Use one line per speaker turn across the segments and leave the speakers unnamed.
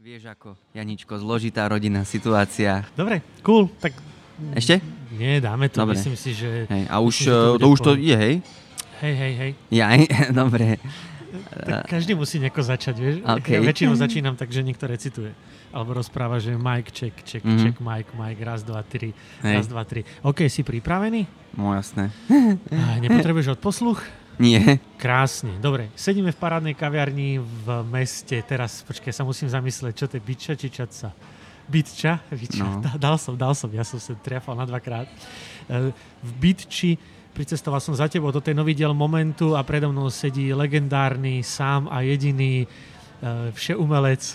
Vieš ako, Janičko, zložitá rodinná situácia.
Dobre, cool, tak...
Ešte?
Nie, dáme to,
Dobre.
myslím si, že...
Hej, a už to už to je, hej?
Hej.
Jaj, dobre.
Tak každý musí nejako začať, vieš?
Okay.
Ja väčšinou začínam tak, že niekto recituje. Alebo rozpráva, že Mike, check, Mike, raz, dva, tri, raz, dva, tri. OK, si pripravený?
No jasné.
Nepotrebuješ odposluch?
Nie.
Krásne. Dobre, sedíme v parádnej kaviarni v meste. Teraz, počkaj, sa musím zamyslieť, čo to je Bytča či Čaca? Bytča? No. Dal som. Ja som sa triafal na dvakrát. V Bytči pricestoval som za tebou do tej nový diel Momentu a predo mnou sedí legendárny, sám a jediný všeumelec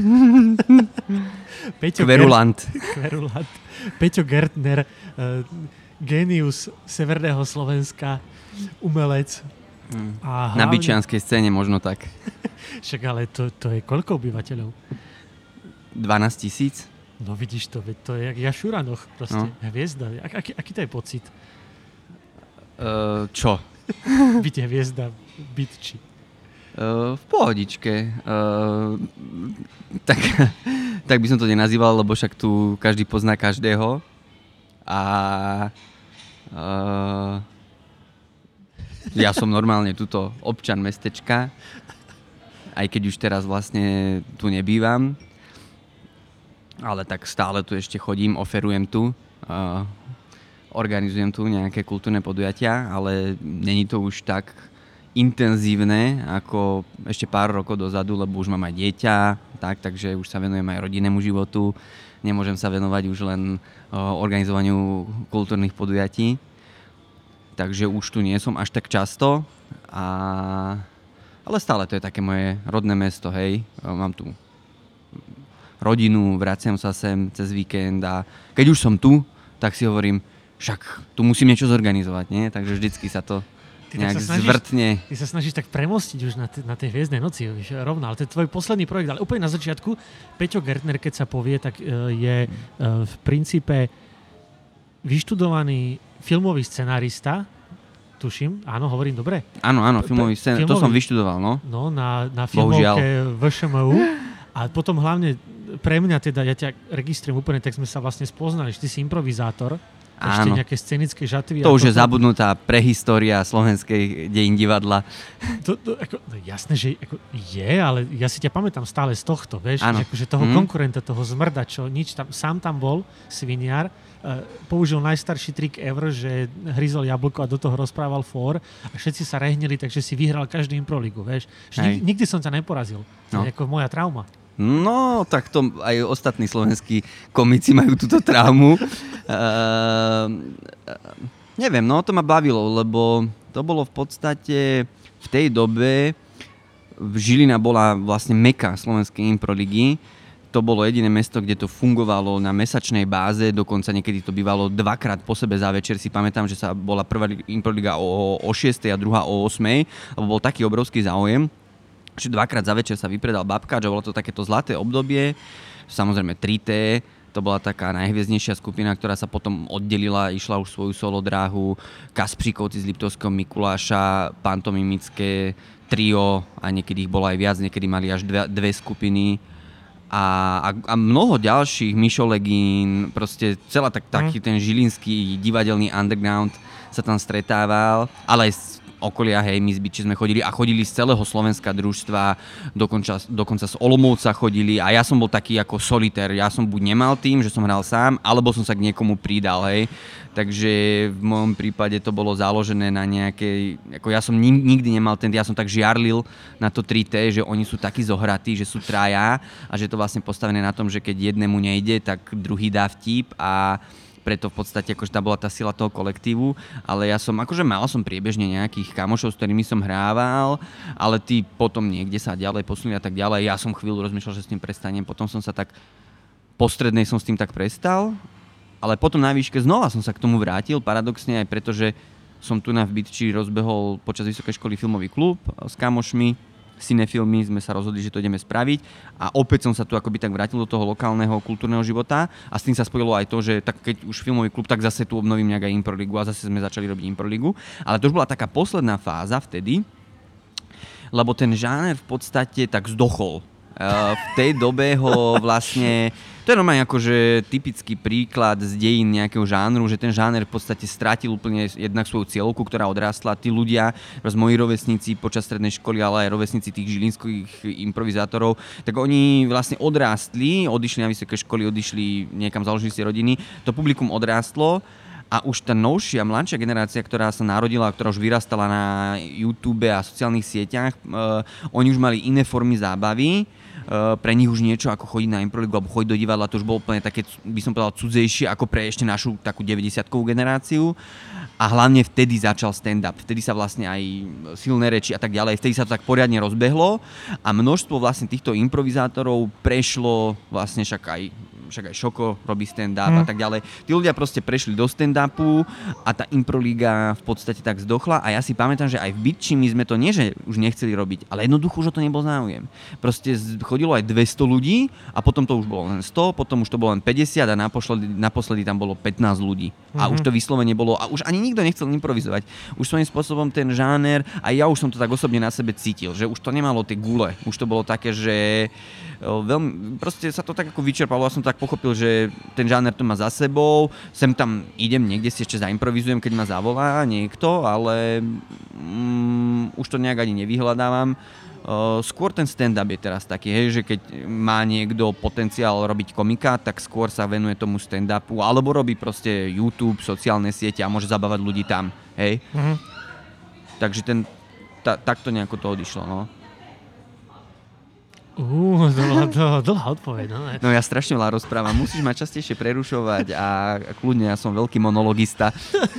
Kverulant.
Peťo Gertner, génius severného Slovenska, umelec. A hlavne...
Na byčianskej scéne možno tak.
Však ale to je koľko obyvateľov?
12 000.
No vidíš to, to je jak Jašuranoch proste. No. Hviezda. Aký to je pocit?
Čo?
Byť hviezda v Bytči.
V pohodičke. Tak by som to nenazýval, lebo však tu každý pozná každého. A ja som normálne tuto občan mestečka, aj keď už teraz vlastne tu nebývam. Ale tak stále tu ešte chodím, oferujem tu, organizujem tu nejaké kultúrne podujatia, ale není to už tak intenzívne ako ešte pár rokov dozadu, lebo už mám aj dieťa, takže už sa venujem aj rodinnému životu. Nemôžem sa venovať už len organizovaniu kultúrnych podujatí. Takže už tu nie som až tak často, ale stále to je také moje rodné mesto, hej. Mám tu rodinu, vraciam sa sem cez víkend a keď už som tu, tak si hovorím, však tu musím niečo zorganizovať, nie? Takže vždycky sa to nejak zvrtne.
Ty sa snažíš tak premostiť už na tej hviezdnej noci, rovno, ale to je tvoj posledný projekt, ale úplne na začiatku Peťo Gertner, keď sa povie, tak je v princípe vyštudovaný filmový scenárista, tuším, áno, hovorím dobre?
Áno, filmový scenárista, to som vyštudoval, no.
No, na filmovke VŠMU a potom hlavne pre mňa teda, ja ťa registrujem úplne, tak sme sa vlastne spoznali, že ty si improvizátor, ešte nejaké scenické žatvy.
To už je zabudnutá prehistória slovenskej dejín divadla.
Jasné, že je, ale ja si ťa pamätám stále z tohto, vieš, že toho konkurenta, toho zmrda, čo nič tam, sám tam bol, sviniar, použil najstarší trik ever, že hryzol jablko a do toho rozprával fór a všetci sa rehnili, takže si vyhral každú improligu, vieš. Nikdy som ťa neporazil. To je ako moja trauma.
No, tak to aj ostatní slovenskí komici majú túto traumu. Neviem, no to ma bavilo, lebo to bolo v podstate v tej dobe Žilina bola vlastne meka slovenskej improligy. To bolo jediné mesto, kde to fungovalo na mesačnej báze, dokonca niekedy to bývalo dvakrát po sebe za večer. Si pamätám, že sa bola prvá improliga o 6 a druhá o 8, lebo bol taký obrovský záujem, že dvakrát za večer sa vypredal babka, že bolo to takéto zlaté obdobie. Samozrejme 3T, to bola taká najhviezdnejšia skupina, ktorá sa potom oddelila, išla už svoju solo dráhu. Kaspříkovci z Liptovského Mikuláša, pantomimické trio a niekedy ich bolo aj viac, niekedy mali až dve skupiny. A mnoho ďalších, Mišo Legín, proste celá taký ten žilinský divadelný underground sa tam stretával, ale aj okolia, hej, my z Bytči sme chodili a chodili z celého Slovenska družstva, dokonca z Olomouca chodili a ja som bol taký ako solitér, ja som buď nemal tým, že som hral sám, alebo som sa k niekomu pridal, hej. Takže v mojom prípade to bolo založené na nejakej, ako ja som nikdy nemal ja som tak žiarlil na to 3T, že oni sú takí zohratí, že sú traja a že to vlastne postavené na tom, že keď jednému nejde, tak druhý dá vtip a preto v podstate akože tá bola tá sila toho kolektívu, ale ja som, akože mal som priebežne nejakých kamošov, s ktorými som hrával, ale tí potom niekde sa ďalej posunuli a tak ďalej. Ja som chvíľu rozmýšľal, že s tým prestanem, potom som sa tak, po strednej som s tým tak prestal, ale potom na výške znova som sa k tomu vrátil, paradoxne aj preto, že som tu na v Bytči rozbehol počas vysokej školy filmový klub s kamošmi, Cinefilmy, sme sa rozhodli, že to ideme spraviť a opäť som sa tu akoby tak vrátil do toho lokálneho kultúrneho života a s tým sa spojilo aj to, že tak keď už filmový klub, tak zase tu obnovím nejak aj improligu a zase sme začali robiť improligu, ale to už bola taká posledná fáza vtedy, lebo ten žáner v podstate tak zdochol. V tej dobe ho vlastne... To je normálne akože typický príklad z dejín nejakého žánru, že ten žáner v podstate strátil úplne jednak svoju cieľovku, ktorá odrastla. Tí ľudia, moji rovesníci počas strednej školy, ale aj rovesníci tých žilinských improvizátorov, tak oni vlastne odrástli, odišli na vysoké školy, odišli niekam, založili si rodiny. To publikum odrástlo a už tá novšia, mladšia generácia, ktorá sa narodila, ktorá už vyrastala na YouTube a sociálnych sieťach, oni už mali iné formy zábavy. Pre nich už niečo ako chodiť na improligu alebo chodiť do divadla, to už bolo úplne také, by som povedal, cudzejšie ako pre ešte našu takú 90-kovú generáciu. A hlavne vtedy začal stand-up. Vtedy sa vlastne aj silné reči a tak ďalej, vtedy sa to tak poriadne rozbehlo a množstvo vlastne týchto improvizátorov prešlo vlastne však aj Šoko robí stand-up a tak ďalej. Tí ľudia proste prešli do stand-upu a tá improliga v podstate tak zdochla a ja si pamätám, že aj v Bitči my sme to nie, že už nechceli robiť, ale jednoducho už o to nebol záujem. Proste chodilo aj 200 ľudí a potom to už bolo len 100, potom už to bolo len 50 a naposledy tam bolo 15 ľudí. A už to vyslovene bolo, a už ani nikto nechcel improvizovať. Už svojím spôsobom ten žáner, a ja už som to tak osobne na sebe cítil, že už to nemalo tie gule. Už to bolo také, že veľmi, proste sa to tak ako vyčerpalo. Ja som tak pochopil, že ten žáner to má za sebou, sem tam idem, niekde si ešte zaimprovizujem, keď ma zavolá niekto, ale už to nejak ani nevyhľadávam. Skôr ten stand-up je teraz taký, hej, že keď má niekto potenciál robiť komika, tak skôr sa venuje tomu stand-upu, alebo robí proste YouTube, sociálne siete a môže zabávať ľudí tam, hej. Takže takto nejako to odišlo, no.
To bola dlhá odpoveď, no.
No ja strašne veľa rozprávam, musíš ma častejšie prerušovať a kľudne, ja som veľký monologista.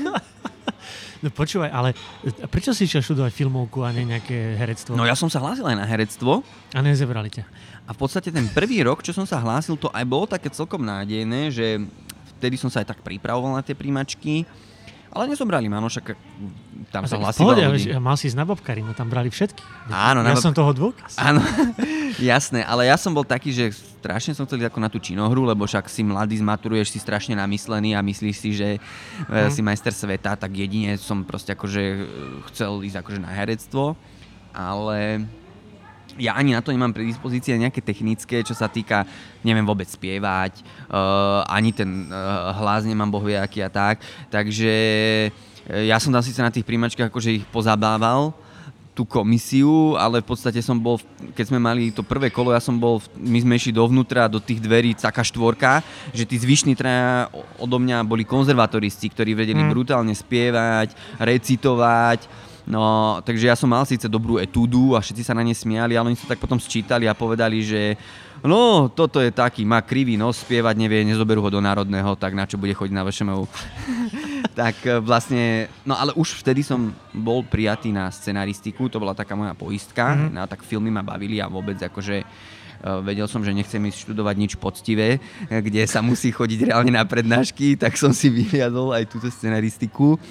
No počúvaj, ale prečo si išiel študovať filmovku a nie nejaké herectvo?
No ja som sa hlásil aj na herectvo.
A nezebrali ťa.
A v podstate ten prvý rok, čo som sa hlásil, to aj bolo také celkom nádejné, že vtedy som sa aj tak pripravoval na tie príjmačky. Ale nezobrali ma, no však tam sa hlasilo ľudí.
Mal si ísť na Bobkarinu, tam brali všetky.
Áno.
Ja som toho dôkaz.
Áno, jasné, ale ja som bol taký, že strašne som chcel ísť ako na tú činohru, lebo však si mladý, zmaturuješ, si strašne namyslený a myslíš si, že si majster sveta, tak jedine som proste akože chcel ísť akože na herectvo, ale ja ani na to nemám predispozície nejaké technické, čo sa týka, neviem vôbec spievať, ani ten hlas nemám bohvie aký a tak, takže ja som tam síce na tých príjmačkách akože ich pozabával, tú komisiu, ale v podstate som bol, keď sme mali to prvé kolo, my sme išli dovnútra, do tých dverí taká štvorka, že tí zvyšní traja odo mňa boli konzervatoristi, ktorí vedeli brutálne spievať, recitovať. No, takže ja som mal síce dobrú etúdu a všetci sa na ne smiali, ale oni sa tak potom sčítali a povedali, že no, toto je taký, má krivý nos, spievať nevie, nezoberú ho do národného, tak na čo bude chodiť na VŠMU. Tak vlastne, no ale už vtedy som bol prijatý na scenaristiku, to bola taká moja poistka, no, tak filmy ma bavili a vôbec akože vedel som, že nechcem ísť študovať nič poctivé, kde sa musí chodiť reálne na prednášky, tak som si vyhliadol aj túto scenaristiku.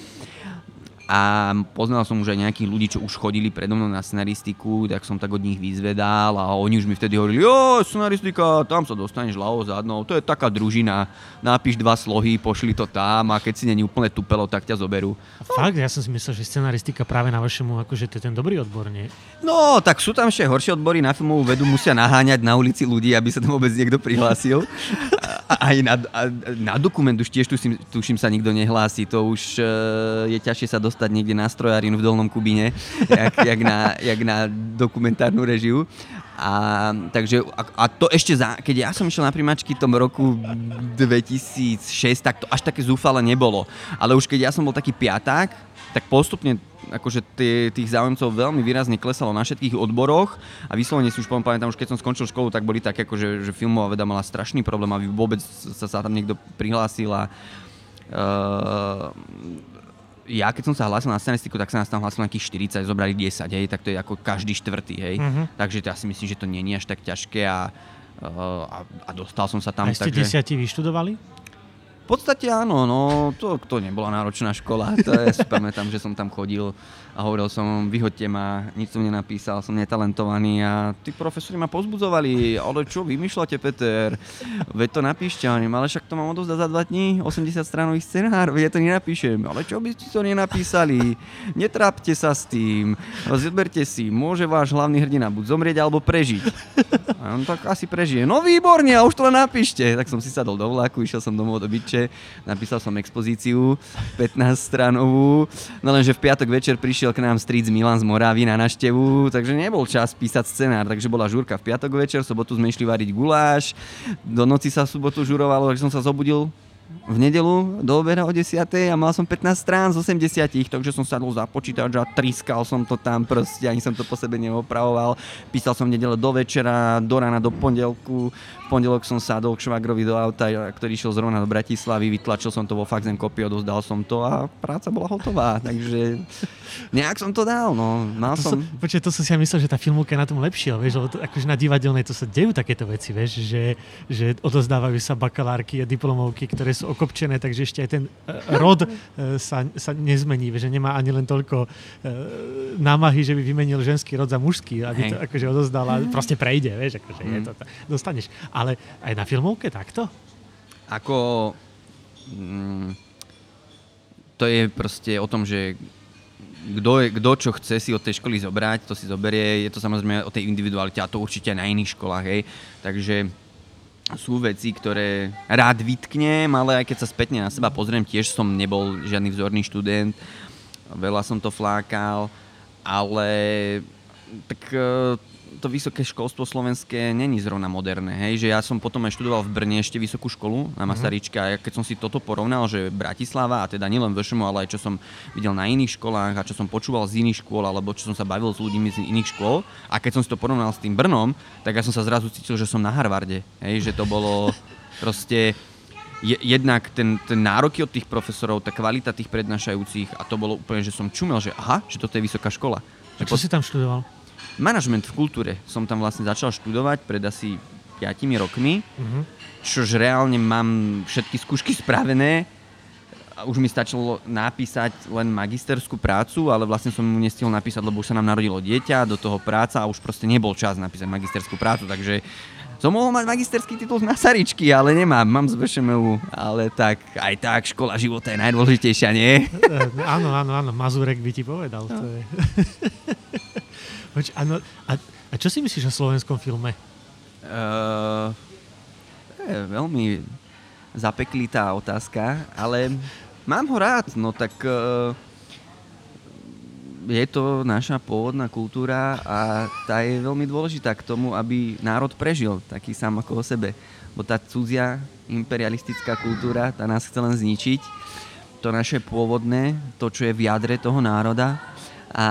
A poznal som už aj nejakých ľudí, čo už chodili predo mnou na scenaristiku, tak som tak od nich vyzvedal a oni už mi vtedy hovorili, jo, scenaristika, tam sa dostaneš ľavo zadnou, to je taká družina, napíš 2 slohy, pošli to tam a keď si není úplne tupelo, tak ťa zoberú.
Fakt? Ja som si myslel, že scenaristika práve na vašemu, akože to je ten dobrý odbor, nie?
No, tak sú tam ešte horšie odbory, na filmovú vedu musia naháňať na ulici ľudí, aby sa tam vôbec niekto prihlásil. A aj na dokument už tiež tuším sa nikto nehlási, to už je ťažšie sa dostať niekde na strojárin v Dolnom Kubíne, jak na dokumentárnu režiu. Takže to ešte keď ja som išiel na primačky v tom roku 2006, tak to až také zúfale nebolo. Ale už keď ja som bol taký piaták, tak postupne akože tých záujemcov veľmi výrazne klesalo na všetkých odboroch a vyslovene si už pamätám, už keď som skončil školu, tak boli také, akože, že filmová veda mala strašný problém, aby vôbec sa tam niekto prihlásil a ja keď som sa hlásil na scenaristiku, tak sa nás tam hlásil nejakých 40, zobrali 10, hej, tak to je ako každý štvrtý, hej. Takže ja si myslím, že to nie je až tak ťažké a dostal som sa tam.
A ste 10 vyštudovali?
V podstate áno, no to nebola náročná škola, to ja si pamätám, že som tam chodil a hovoril som, vyhoďte ma, nič som nenapísal, som netalentovaný a tí profesori ma pozbudzovali, ale čo vymýšľate, Peter, veď to napíšte, ale však to mám odovzdať za 2 dní, 80 stranový scenár, ja to nenapíšem, ale čo by ste to nenapísali, netrápte sa s tým, zberte si, môže váš hlavný hrdina buď zomrieť alebo prežiť. A on tak asi prežije. No výborne, a už to len napíšte. Tak som si sadol do vlaku, išiel som domov do Bytče, napísal som expozíciu 15-stranovú. No lenže v piatok večer prišiel k nám strýc Milan z Moravy na návštevu, takže nebol čas písať scenár, takže bola žúrka v piatok večer, v sobotu sme išli variť guláš, do noci sa v sobotu žurovalo, takže som sa zobudil v nedelu do obeda o 10. a mal som 15 strán z 80, takže som sadol za počítač a triskal som to tam proste, ani som to po sebe neopravoval. Písal som v nedele do večera, do rána, do pondelku. V pondelok som sadol k švagrovi do auta, ktorý išiel zrovna do Bratislavy, vytlačil som to vo faxen kopii, odozdal som to a práca bola hotová, takže nejak som to dal, no.
Počkaj, to som si ja myslel, že tá filmovka je na tom lepšia, vieš, lebo to, akože na divadelnej to sa dejú takéto veci, vieš, že odozdávajú sa bakalárky a diplomovky, ktoré sú okopčené, takže ešte aj ten rod sa nezmení, že nemá ani len toľko námahy, že by vymenil ženský rod za mužský, aby to akože odozdal a proste prejde, vieš, akože je to, dostaneš. Ale aj na filmovke takto?
To je proste o tom, že kto čo chce si od tej školy zobrať, to si zoberie. Je to samozrejme o tej individualite a to určite aj na iných školách, hej. Takže sú veci, ktoré rád vytknem, ale aj keď sa spätne na seba pozriem, tiež som nebol žiadny vzorný študent, veľa som to flákal, ale tak to vysoké školstvo slovenské není zrovna moderné, hej, že ja som potom aj študoval v Brne ešte vysokú školu na Masaryčke a keď som si toto porovnal, že Bratislava a teda nielen VŠMU, ale aj čo som videl na iných školách a čo som počúval z iných škôl alebo čo som sa bavil s ľuďmi z iných škôl a keď som si to porovnal s tým Brnom, tak ja som sa zrazu cítil, že som na Harvarde, hej, že to bolo proste jednak ten nároky od tých profesorov, tá kvalita tých prednášajúcich a to bolo úplne, že som čumel, že aha, že toto je vysoká škola.
A čo si tam študoval?
Manažment v kultúre som tam vlastne začal študovať pred asi 5 rokmi, čož reálne mám všetky skúšky spravené a už mi stačilo napísať len magisterskú prácu, ale vlastne som mu nestihol napísať, lebo už sa nám narodilo dieťa, do toho práca a už proste nebol čas napísať magisterskú prácu, takže som mohol mať magisterský titul z Masaryčky, ale nemám, mám z VŠMU, ale tak, aj tak, škola života je najdôležitejšia, nie?
Áno, Mazurek by ti povedal, to je... A čo si myslíš o slovenskom filme?
Je veľmi zapeklitá otázka, ale mám ho rád, no tak je to naša pôvodná kultúra a tá je veľmi dôležitá k tomu, aby národ prežil taký sám ako o sebe. Bo tá cudzia imperialistická kultúra, tá nás chce len zničiť. To naše pôvodné, to, čo je v jadre toho národa, a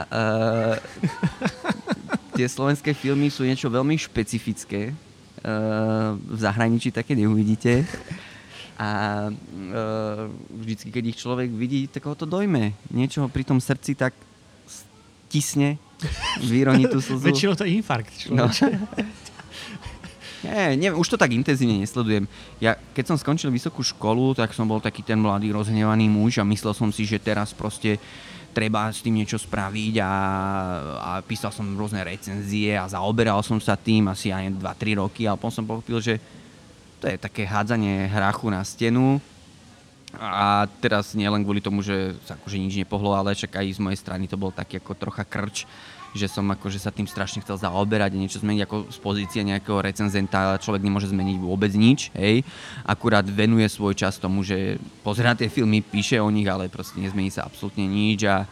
tie slovenské filmy sú niečo veľmi špecifické. V zahraničí také neuvidíte. A vždycky, keď ich človek vidí, tak ho to dojme. Niečo pri tom srdci tak stisne, vyroní tú slzu.
Väčšinou to je infarkt človeče. No.
Nie, už to tak intenzívne nesledujem. Ja, keď som skončil vysokú školu, tak som bol taký ten mladý rozhnevaný muž a myslel som si, že teraz proste treba s tým niečo spraviť a písal som rôzne recenzie a zaoberal som sa tým asi aj 2-3 roky, ale potom som pochopil, že to je také hádzanie hrachu na stenu a teraz nie len kvôli tomu, že sa akože nič nepohlo, ale však aj z mojej strany to bol taký ako trocha krč, že som akože sa tým strašne chcel zaoberať a niečo zmeniť, ako z pozície nejakého recenzenta človek nemôže zmeniť vôbec nič, hej. Akurát venuje svoj čas tomu, že pozerá tie filmy, píše o nich, ale proste nezmení sa absolútne nič a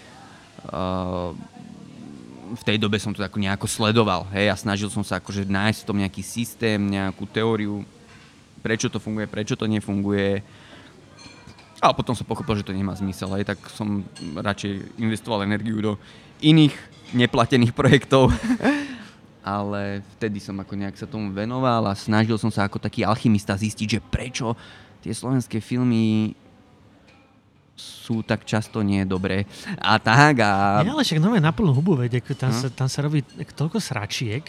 v tej dobe som to ako nejako sledoval, hej, a snažil som sa akože nájsť v tom nejaký systém, nejakú teóriu, prečo to funguje, prečo to nefunguje. Ale potom som pochopil, že to nemá zmysel, hej, tak som radšej investoval energiu do iných neplatených projektov. Ale vtedy som ako nejak sa tomu venoval a snažil som sa ako taký alchymista zistiť, že prečo tie slovenské filmy sú tak často nie dobré. A tak a...
Nie, ale však nové na plnú hubu, veď, tam sa robí toľko sračiek.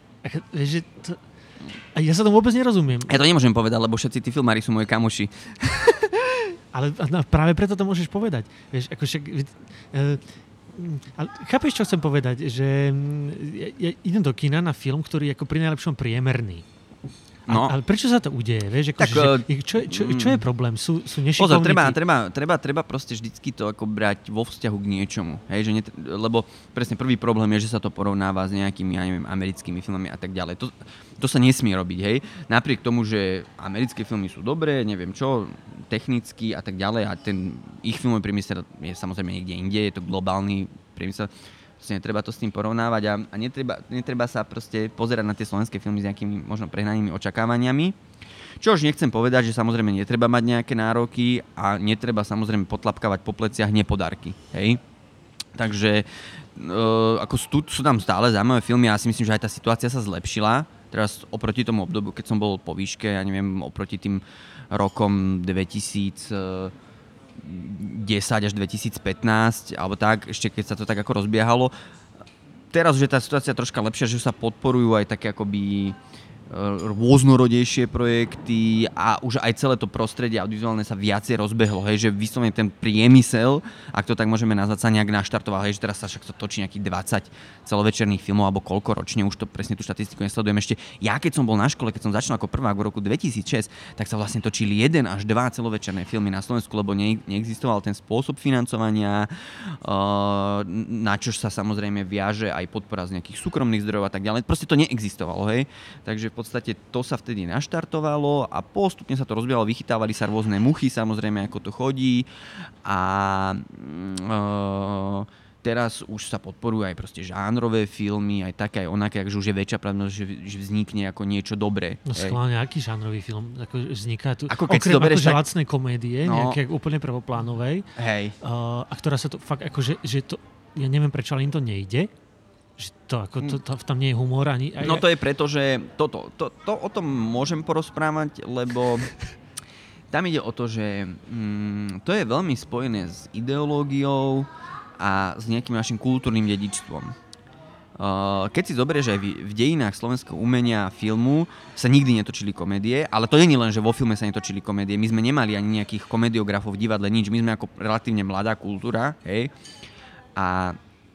A ja sa tomu vôbec nerozumiem.
Ja to nemôžem povedať, lebo všetci tí filmári sú moji kamoši.
Ale práve preto to môžeš povedať. Vieš, ako však... Ale chápeš, čo chcem povedať? Že ja idem do kina na film, ktorý je ako pri najlepšom priemerný. Ale prečo sa to udeje? Vieš, čo je problém? Sú nešikovní?
Pozor, treba proste vždycky to ako brať vo vzťahu k niečomu. Hej, že lebo presne prvý problém je, že sa to porovnáva s nejakými, ja neviem, americkými filmami a tak ďalej. To sa nesmie robiť, hej. Napriek tomu, že americké filmy sú dobré, neviem čo, technicky a tak ďalej a ten ich filmový priemysel je samozrejme niekde inde, je to globálny priemysel. Netreba to s tým porovnávať a netreba sa proste pozerať na tie slovenské filmy s nejakými možno prehnanými očakávaniami. Čo už nechcem povedať, že samozrejme netreba mať nejaké nároky a netreba samozrejme potlapkávať po pleciach nepodarky. Hej? Takže sú tam stále zaujímavé filmy a ja si myslím, že aj tá situácia sa zlepšila. Teraz oproti tomu obdobiu, keď som bol po výške, ja neviem, oproti tým rokom 2010 až 2015, alebo tak, ešte keď sa to tak ako rozbiehalo. Teraz už je tá situácia troška lepšia, že sa podporujú aj také akoby rôznorodejšie projekty a už aj celé to prostredie audiovizuálne sa viacej rozbehlo, hej, že vyslovene ten priemysel, ak to tak môžeme nazvať, sa nejak naštartoval, hej, že teraz sa však to točí nejakých 20 celovečerných filmov, alebo koľko ročne, už to presne tú štatistiku nesledujem ešte. Ja keď som bol na škole, keď som začal ako prvák v roku 2006, tak sa vlastne točili 1 až 2 celovečerné filmy na Slovensku, lebo neexistoval ten spôsob financovania, na čož sa samozrejme viaže aj podpora z nejakých súkromných zdrojov a tak ďalej. Proste to neexistovalo, hej. Takže v podstate to sa vtedy naštartovalo a postupne sa to rozbiehalo, vychytávali sa rôzne muchy, samozrejme, ako to chodí a teraz už sa podporujú aj proste žánrové filmy, aj také, aj onaké, že už je väčšia pravdepodobnosť, že vznikne ako niečo dobré.
No schválne, aký žánrový film ako vzniká tu?
Ako keď si doberieš
tak... lacnej komédie, nejaké úplne prvoplánovej.
Hej.
A ktorá sa to fakt akože, že to, ja neviem prečo, ale im to nejde. Tam nie je humor ani...
No to je preto, že to o tom môžem porozprávať, lebo tam ide o to, že to je veľmi spojené s ideológiou a s nejakým našim kultúrnym dedičstvom. Keď si zoberieš aj v dejinách slovenského umenia a filmu sa nikdy netočili komédie, ale to nie je len, že vo filme sa netočili komédie. My sme nemali ani nejakých komediografov v divadle, nič. My sme ako relatívne mladá kultúra, hej. A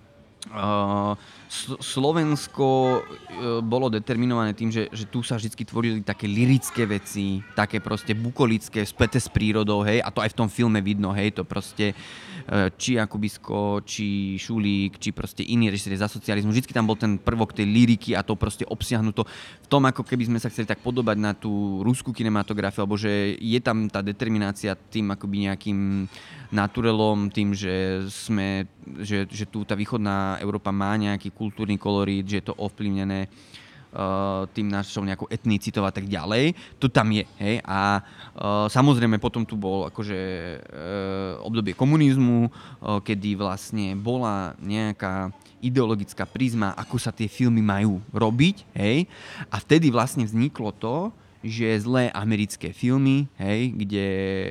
Slovensko bolo determinované tým, že tu sa vždy tvorili také lyrické veci, také proste bukolické, späté s prírodou, hej, a to aj v tom filme vidno, hej, to proste či Jakubisko, či Šulík, či proste iní režiséri za socializmu, vždy tam bol ten prvok tej lyriky a to proste obsiahnuto v tom, ako keby sme sa chceli tak podobať na tú ruskú kinematografiu, alebo že je tam tá determinácia tým akoby nejakým naturelom, tým, že tu tá východná Európa má nejaký kultúrny kolorít, že je to ovplyvnené tým našou nejakou etnicitou a tak ďalej. To tam je, hej. A samozrejme potom tu bol akože obdobie komunizmu, kedy vlastne bola nejaká ideologická prízma, ako sa tie filmy majú robiť, hej. A vtedy vlastne vzniklo to, že zlé americké filmy, hej, kde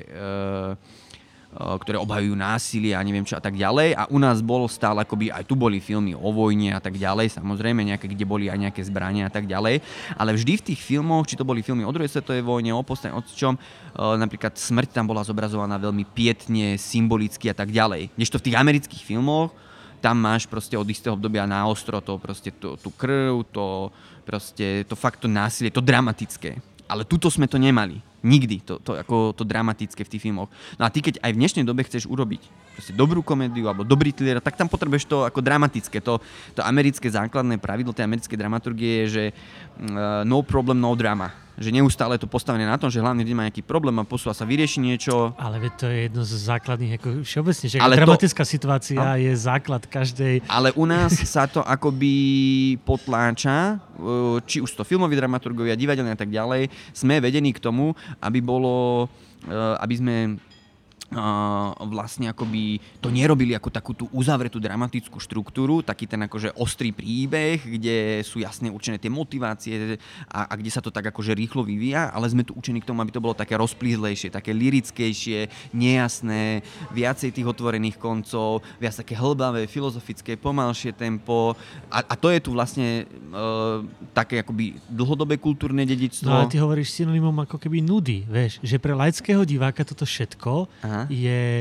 ktoré obhajujú násilie a neviem čo a tak ďalej. A u nás bolo stále, akoby aj tu boli filmy o vojne a tak ďalej, samozrejme, nejaké, kde boli aj nejaké zbrania a tak ďalej. Ale vždy v tých filmoch, či to boli filmy o druhej svetovej vojne, o povstane, o čom, napríklad smrť tam bola zobrazovaná veľmi pietne, symbolicky a tak ďalej. Kdežto v tých amerických filmoch tam máš proste od istého obdobia na ostro tú krv, to fakt to násilie, to dramatické. Ale tuto sme to nemali. Nikdy to dramatické v tých filmoch. No a ty, keď aj v dnešnej dobe chceš urobiť proste dobrú komédiu alebo dobrý thriller, tak tam potrebuješ to ako dramatické. To americké základné pravidlo tej americkej dramaturgie je, že no problem, no drama. Že neustále je to postavené na tom, že hlavne vždy má nejaký problém a posúva sa, vyrieši niečo.
Ale to je jedno z základných, ako všeobecne, že dramatická situácia je základ každej... Ale
u nás sa to akoby potláča, či už to filmoví dramaturgovia, divadelní a tak ďalej, sme vedení k tomu, aby sme vlastne akoby to nerobili ako takú tú uzavretú dramatickú štruktúru, taký ten akože ostrý príbeh, kde sú jasne určené tie motivácie a kde sa to tak akože rýchlo vyvíja, ale sme tu učení k tomu, aby to bolo také rozplýzlejšie, také lirickejšie, nejasné, viacej tých otvorených koncov, viac také hlbavé, filozofické, pomalšie tempo a to je tu vlastne také akoby dlhodobé kultúrne dedičstvo.
No ale ty hovoríš synonymom ako keby nudy, vieš, že pre laického diváka toto všetko je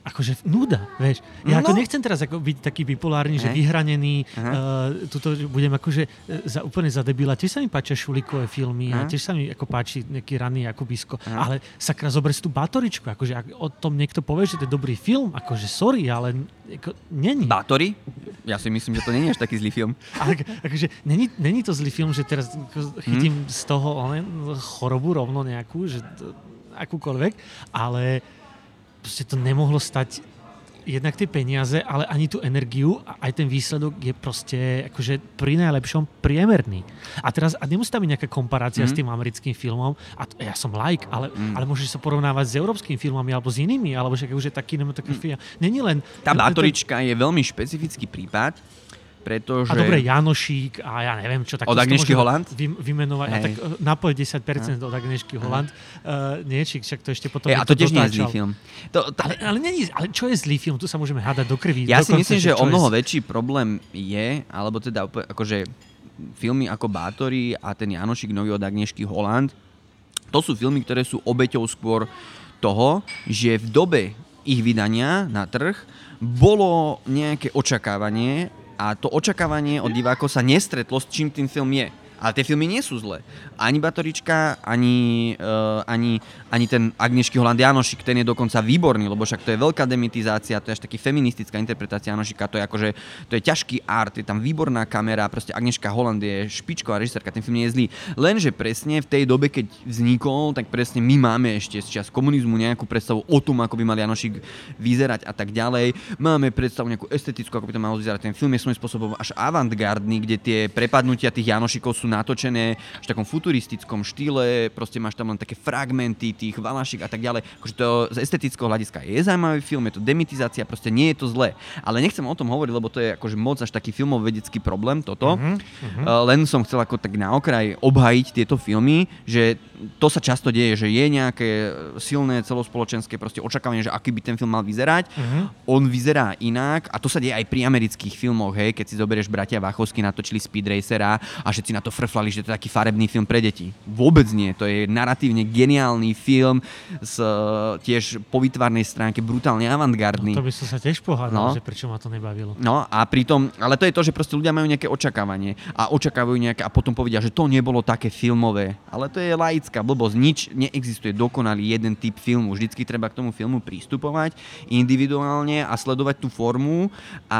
akože nuda, vieš. Ja ako nechcem teraz ako byť taký bipolárny, že vyhranený, tuto budem akože úplne za debila. Tiež sa mi páčia Šulikové filmy a tiež sa mi ako páči nejaký raný Jakubisko, ale sakra zober si tú Bátoričku, akože ak o tom niekto povie, že to je dobrý film, akože sorry, ale ako, není.
Bátori? Ja si myslím, že to není až taký zlý film.
Ale akože není to zlý film, že teraz chytím z toho chorobu rovno nejakú, že akúkoľvek, ale proste to nemohlo stať jednak tie peniaze, ale ani tú energiu a aj ten výsledok je proste akože pri najlepšom priemerný. A teraz, a nemusí tam byť nejaká komparácia s tým americkým filmom, a ja som laik, ale môžeš sa porovnávať s európskymi filmami alebo s inými, alebo že akože tá kinematografia není len...
Tá Bátorička je veľmi špecifický prípad, pretože...
A dobre, Janošík a ja neviem, čo tak...
Od Agnieszky Holland?
Vymenovať. A tak napoj 10% od Agnieszky Holland. Nie, však to ešte potom...
A to tiež nie je zlý film.
Ale čo je zlý film? Tu sa môžeme hádať do krvi.
Ja si myslím, že o mnoho väčší problém je, alebo teda akože filmy ako Bátori a ten Janošík nový od Agnieszky Holland, to sú filmy, ktoré sú obeťou skôr toho, že v dobe ich vydania na trh bolo nejaké očakávanie a to očakávanie od divákov sa nestretlo s čím tým film je. Ale tie filmy nie sú zlé. Ani Bátorička, ani ten Agnieszky Holland Janošik, ten je dokonca výborný, lebo však to je veľká demitizácia, to je až taký feministická interpretácia Janošika, to je akože, to je ťažký art, je tam výborná kamera, proste Agnieszka Holland je špičková režisérka, ten film nie je zlý. Lenže presne v tej dobe, keď vznikol, tak presne my máme ešte z čas komunizmu nejakú predstavu o tom, ako by mal Janošik vyzerať a tak ďalej. Máme predstavu nejakú estetickú, ako by to malo vyzerať. Ten film je svojím spôsobom až avantgardný, kde tie prepadnutia tých Janošikov sú natočené v takom futuristickom štýle, proste máš tam len také fragmenty tých valašik a tak ďalej. Akože to z estetického hľadiska je zaujímavý film, je to demitizácia, proste nie je to zlé. Ale nechcem o tom hovoriť, lebo to je akože moc až taký filmovedecký problém toto. Len som chcel ako tak na okraj obhajiť tieto filmy, že to sa často deje, že je nejaké silné celospoločenské proste očakávanie, že aký by ten film mal vyzerať. On vyzerá inak a to sa deje aj pri amerických filmoch, hej, keď si zoberieš bratia Wachowski natočili Speed Racera a všetci na to frflali, že to je taký farebný film pre deti. Vôbec nie, to je naratívne geniálny film s tiež po výtvarnej stránke brutálne avantgardný.
No, to by som sa tiež pohádal, že prečo ma to nebavilo.
No a pritom, ale to je to, že proste ľudia majú nejaké očakávanie a očakávajú nejaké a potom povedia, že to nebolo také filmové. Ale to je laická blbosť, nič neexistuje dokonalý jeden typ filmu. Vždycky treba k tomu filmu pristupovať individuálne a sledovať tú formu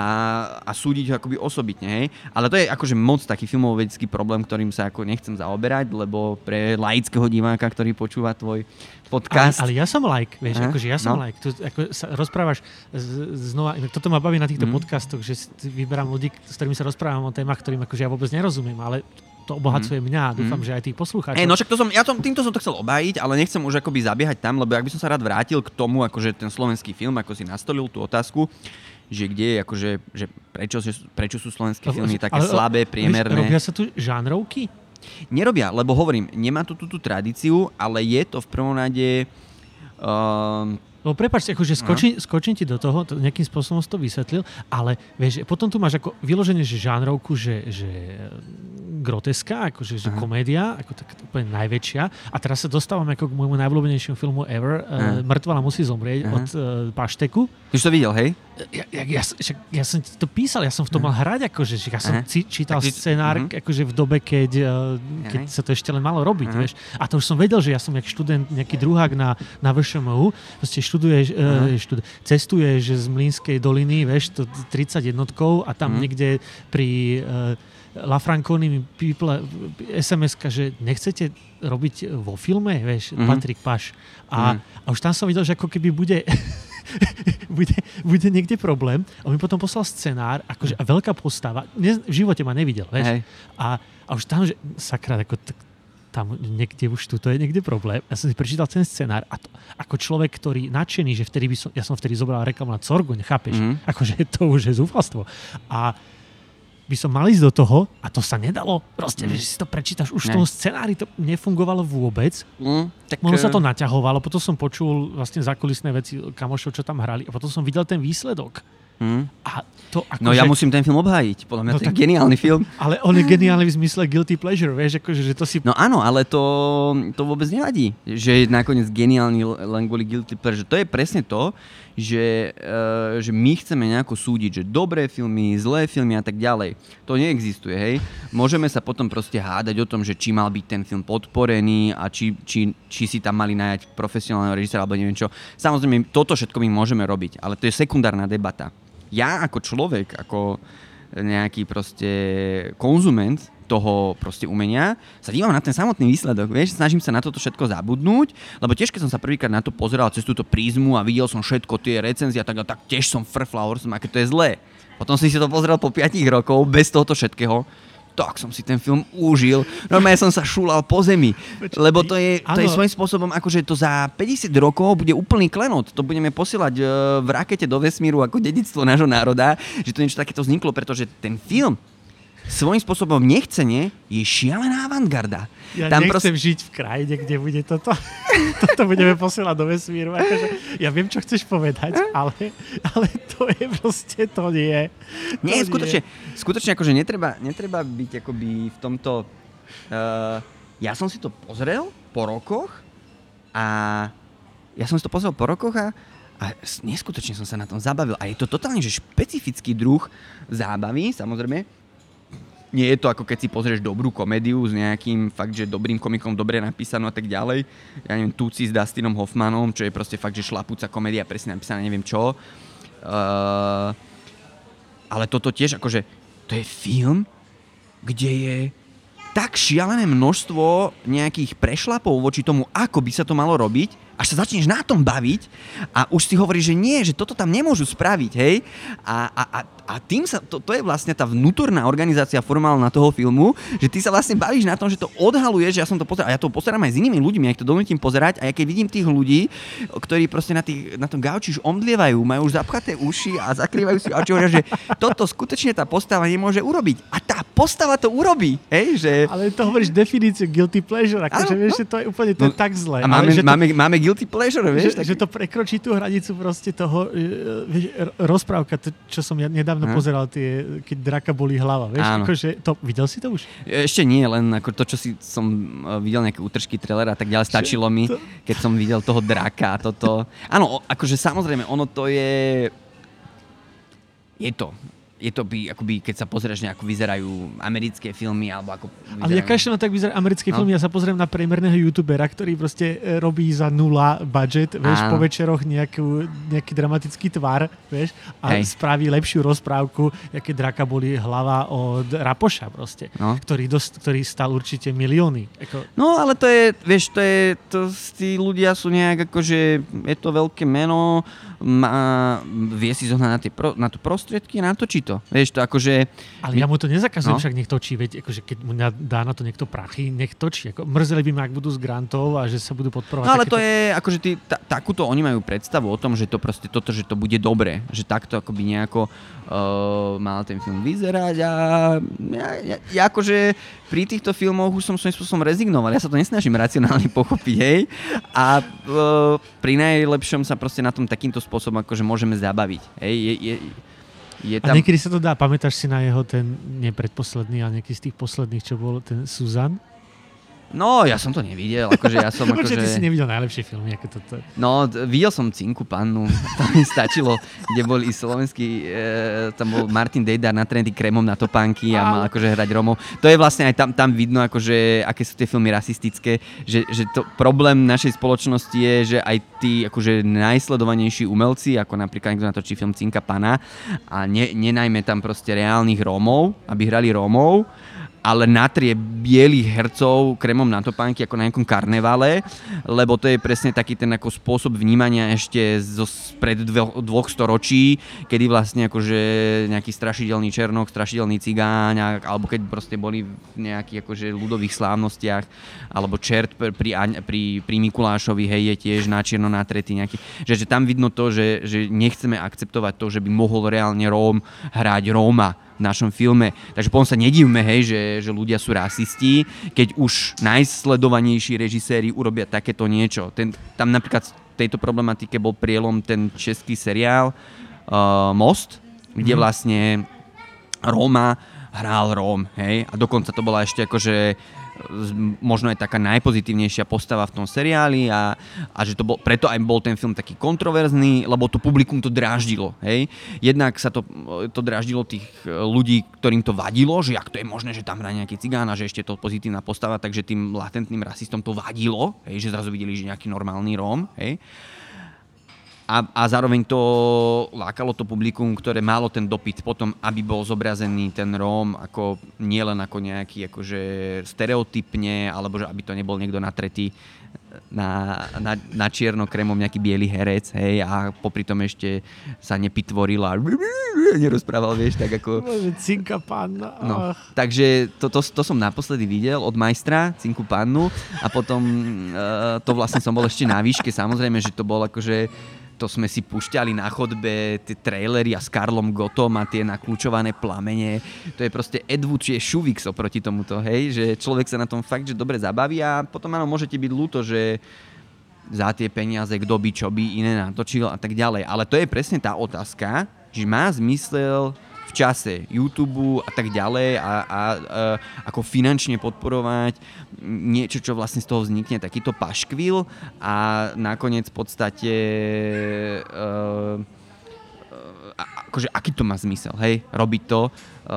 a súdiť ho akoby osobitne, hej. Ale to je akože moc taký filmovedecký problém, ktorým sa ako nechcem zaoberať, lebo pre laického diváka, ktorý počúva tvoj podcast.
Ale ja som laik, vieš, akože ja som laik. Tu ako sa rozprávaš znova, toto ma baví na týchto podcastoch, že vyberám ľudí, s ktorými sa rozprávam o témach, ktorým akože ja vôbec nerozumiem, ale to obohacuje mňa a dúfam, že aj tých poslucháčov.
No však týmto som to chcel obhájiť, ale nechcem už akoby zabiehať tam, lebo ak by som sa rád vrátil k tomu, akože ten slovenský film, ako si nastolil tú otázku, že kde je akože, že prečo sú slovenské filmy také slabé, priemerné.
Robia sa tu žánrovky?
Nerobia, lebo hovorím, nemá to tú tradíciu, ale je to v prvom rade...
No prepáčte, akože skočím ti do toho, nejakým spôsobom si to vysvetlil, ale vieš, potom tu máš ako vyloženie, že žánrovku, že groteska, akože že komédia, ako tak úplne najväčšia. A teraz sa dostávame ako k môjmu najobľúbenejšiemu filmu ever, Mŕtvala musí zomrieť od Pašteku.
Ty už to videl, hej?
Ja som ti to písal, ja som v tom mal hrať, akože ja som čítal scenár akože v dobe, keď sa to ešte len malo robiť, vieš. A to už som vedel, že ja som jak študent, nejaký druhák na VŠMU, proste cestuješ z Mlynskej doliny, vieš, to 30 jednotkou a tam niekde pri Lafranconi mi pípla SMS-ka, že nechcete robiť vo filme, vieš, Patrik Paš. A už tam som videl, že ako keby bude niekde problém. On mi potom poslal scenár, akože a veľká postava. V živote ma nevidel, vieš. A už tam, že sakra, tam niekde už tu to je niekde problém. Ja som si prečítal ten scenár a to, ako človek, ktorý nadšený, že ja som vtedy zobral reklamu na Corgoň, chápeš? Akože to už je zúfalstvo. A by som mal ísť do toho a to sa nedalo. Proste, že si to prečítaš, už v tom scenári to nefungovalo vôbec. Tak možno sa to naťahovalo, potom som počul vlastne zákulisné veci kamošov, čo tam hrali a potom som videl ten výsledok. A to
No ja musím ten film obhájiť, podľa mňa to je geniálny film.
Ale on je geniálny v zmysle guilty pleasure, vieš, akože, že to si...
No áno, ale to vôbec nevadí, že je nakoniec geniálny len kvôli guilty pleasure. To je presne to, že my chceme nejako súdiť, že dobré filmy, zlé filmy a tak ďalej. To neexistuje, hej. Môžeme sa potom proste hádať o tom, že či mal byť ten film podporený a či si tam mali najať profesionálneho režisera alebo neviem čo. Samozrejme, toto všetko my môžeme robiť, ale to je sekundárna debata. Ja ako človek, ako nejaký proste konzument toho proste umenia, sa dívam na ten samotný výsledok, vieš, snažím sa na toto všetko zabudnúť, lebo tiež keď som sa prvýkrát na to pozeral cez túto prízmu a videl som všetko tie recenzie tak tiež som frflal, aké to je zlé. Potom som si to pozeral po 5 rokov bez tohoto všetkého. Tak som si ten film užil. Normálne som sa šúlal po zemi. Lebo to je svojím spôsobom, akože to za 50 rokov bude úplný klenot. To budeme posielať v rakete do vesmíru ako dedičstvo nášho národa, že to niečo takéto vzniklo, pretože ten film svojím spôsobom nechcene je šialená avantgarda.
Ja tam nechcem žiť v krajine, kde bude toto. Toto budeme posielať do vesmíru. Akože, ja viem, čo chceš povedať, ale to je proste, to nie.
Nie, skutočne akože netreba byť akoby v tomto... ja som si to pozrel po rokoch a neskutočne som sa na tom zabavil. A je to totálne, že špecifický druh zábavy, samozrejme. Nie je to ako keď si pozrieš dobrú komédiu s nejakým fakt, že dobrým komikom, dobre napísanú a tak ďalej. Ja neviem, Tuci s Dustinom Hoffmanom, čo je proste fakt, že šlapúca komédia, presne napísaná, neviem čo. Ale toto tiež, akože, to je film, kde je tak šialené množstvo nejakých prešlapov voči tomu, ako by sa to malo robiť, až sa začneš na tom baviť a už si hovoríš, že nie, že toto tam nemôžu spraviť, hej? A tým sa, to je vlastne tá vnútorná organizácia formálna toho filmu, že ty sa vlastne bavíš na tom, že to odhaluješ, že ja som to pozeral, a ja to pozerám aj s inými ľuďmi, ja ich to donútim pozerať a ja keď vidím tých ľudí, ktorí proste na tom gauči už omdlievajú, majú už zapchaté uši a zakrývajú si oči, hovoria, že toto skutočne tá postava nemôže urobiť. A tá postava to urobí, hej? Že...
Ale to hovoríš definíciu guilty pleasure, akože vieš, že to je úplne to tak zle.
A máme guilty pleasure, vieš?
Že to prekročí tú hranicu proste toho, vieš, rozprávka, to, čo som ja nedávno pozeral, keď draka bolí hlava, vieš? Akože videl si to už?
Ešte nie, len ako to, čo som videl nejaké útržky trailera a tak ďalej, stačilo mi, keď som videl toho draka a toto. Áno, akože samozrejme, ono to je to by, akoby, keď sa pozrieš, ako vyzerajú americké filmy, alebo ako vyzerajú...
Ale ja každý tak vyzerá americké filmy, ja sa pozriem na priemerného youtubera, ktorý proste robí za 0 budget, vieš, po večeroch nejaký dramatický tvar, vieš, a spraví lepšiu rozprávku, aké draka boli hlava od Rapoša proste, ktorý stal určite milióny.
No, ale to je, vieš, tí ľudia sú nejak akože, je to veľké meno, vie si zohnať na to prostriedky a natočiť to. Vieš to akože...
Ale ja mu to nezakazujem, však nech točí, veď akože keď mu dá na to niekto prachy, nech točí. Mrzeli by ma, ak budú z grantov a že sa budú podporovať. No
ale to je, akože takúto oni majú predstavu o tom, že to proste toto, že to bude dobre. Že takto akoby nejako mal ten film vyzerať a ja akože pri týchto filmoch už som svojím spôsobom rezignoval. Ja sa to nesnažím racionálne pochopiť, hej. A pri najlepšom sa proste na tom takýmto spôsobom akože môžeme zabaviť. Hej, je tam...
A niekedy sa to dá, pamätáš si na jeho ten, nie predposledný, ale nejaký z tých posledných, čo bol ten Susan?
No, ja som to nevidel, akože ja som akože...
Určite si nevidel najlepšie filmy, ako toto.
No, videl som Cinku pannu, to mi stačilo, kde bol i slovenský, tam bol Martin Dejdar natrenutý krémom na topánky a mal akože hrať Romov. To je vlastne aj tam vidno, akože, aké sú tie filmy rasistické, že to problém našej spoločnosti je, že aj tí akože najsledovanejší umelci, ako napríklad niekto natočí film Cinka pana a nenajme tam proste reálnych Rómov, aby hrali Rómov, ale natrie bielých hercov krémom na topánky ako na nejakom karnevále, lebo to je presne taký ten ako spôsob vnímania ešte pred 200 ročí, kedy vlastne akože nejaký strašidelný černok, strašidelný cigáň, alebo keď proste boli v nejakých akože ľudových slávnostiach, alebo čert pri Mikulášovi, hej, je tiež na čierno natretý nejaký, že tam vidno to, že nechceme akceptovať to, že by mohol reálne Róm hrať Róma v našom filme. Takže potom sa nedivme, hej, že ľudia sú rasisti, keď už najsledovanejší režiséri urobia takéto niečo. Tam napríklad v tejto problematike bol prielom ten český seriál Most, kde vlastne Róma hral Róm, hej? A dokonca to bola ešte akože možno aj taká najpozitívnejšia postava v tom seriáli a že to bol, preto aj bol ten film taký kontroverzný, lebo to publikum to dráždilo, hej. Jednak sa to dráždilo tých ľudí, ktorým to vadilo, že jak to je možné, že tam hrá nejaký cigán a že ešte to pozitívna postava, takže tým latentným rasistom to vadilo, hej, že zrazu videli, že nejaký normálny Róm, hej. A zároveň to lákalo to publikum, ktoré malo ten dopyt potom, aby bol zobrazený ten Róm ako nielen ako nejaký akože stereotypne, alebo že aby to nebol niekto natretý na čierno krémom nejaký biely herec, hej, a popri tom ešte sa nepitvoril a nerozprával, vieš, tak ako...
Cinka panna.
No, takže to som naposledy videl od majstra, Cinku pannu, a potom to vlastne som bol ešte na výške, samozrejme, že to bol akože to sme si púšťali na chodbe, tie trailery a s Karlom Gottom a tie nakľúčované plamene. To je proste Ed Wood, či je Šuvix oproti tomuto, hej? Že človek sa na tom fakt, že dobre zabaví a potom áno, môžete byť ľúto, že za tie peniaze kto by čo by iné natočil a tak ďalej. Ale to je presne tá otázka, že má zmysel v čase YouTube a tak ďalej a ako finančne podporovať niečo, čo vlastne z toho vznikne takýto paškvil a nakoniec v podstate akože aký to má zmysel, hej, robiť to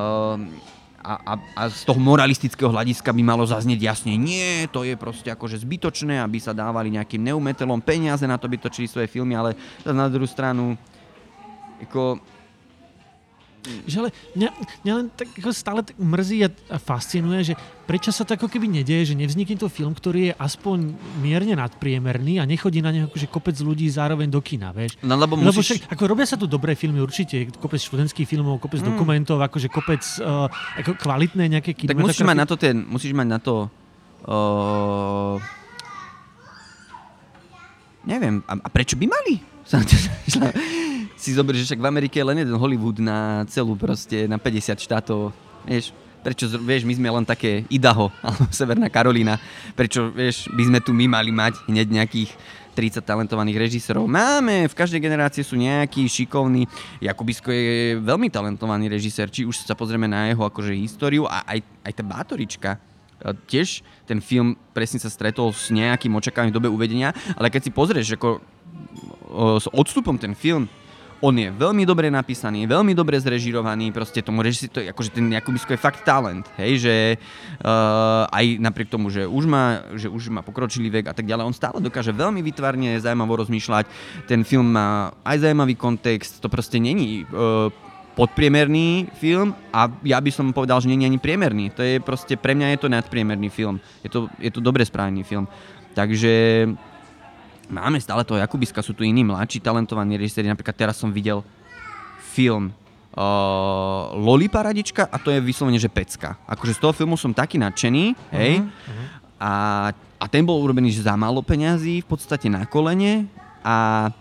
a z toho moralistického hľadiska by malo zaznieť jasne, nie, to je proste akože zbytočné, aby sa dávali nejakým neumetelom peniaze na to, by točili svoje filmy, ale na druhú stranu ako
že ale mňa len tak ako stále tak mrzí a fascinuje, že prečo sa to ako keby nedieje, že nevznikne to film, ktorý je aspoň mierne nadpriemerný a nechodí na neho akože kopec ľudí zároveň do kina, vieš.
No, lebo
však, ako robia sa tu dobré filmy určite, kopec študentských filmov, kopec dokumentov, akože kopec ako kvalitné nejaké kinematografie.
Tak musíš mať na to neviem, a prečo by mali? Si zober, že však v Amerike je len jeden Hollywood na celú proste, na 50 štátov, vieš, prečo, vieš, my sme len také Idaho, alebo Severná Karolína, prečo, vieš, by sme tu my mali mať hneď nejakých 30 talentovaných režisérov. Máme, v každej generácii sú nejakí šikovní, Jakubisko je veľmi talentovaný režisér, či už sa pozrieme na jeho akože históriu a aj tá Bátorička, tiež ten film presne sa stretol s nejakým očakávaním v dobe uvedenia, ale keď si pozrieš, ako s odstupom ten film, on je veľmi dobre napísaný, veľmi dobre zrežirovaný, proste tomu režisírovi, akože ten Jakubisko je fakt talent, hej, že aj napriek tomu, že už má pokročilý vek a tak ďalej, on stále dokáže veľmi výtvarne, zaujímavo rozmýšľať, ten film má aj zaujímavý kontext, to proste není podpriemerný film a ja by som povedal, že nie je ani priemerný, to je proste, pre mňa je to nadpriemerný film, je to dobre spravený film, takže máme stále toho Jakubiska, sú tu iní mladší talentovaní režiséri, napríklad teraz som videl film Loli Paradička a to je vyslovene, že pecka. Akože z toho filmu som taký nadšený, hej, a ten bol urobený že za málo peňazí, v podstate na kolene a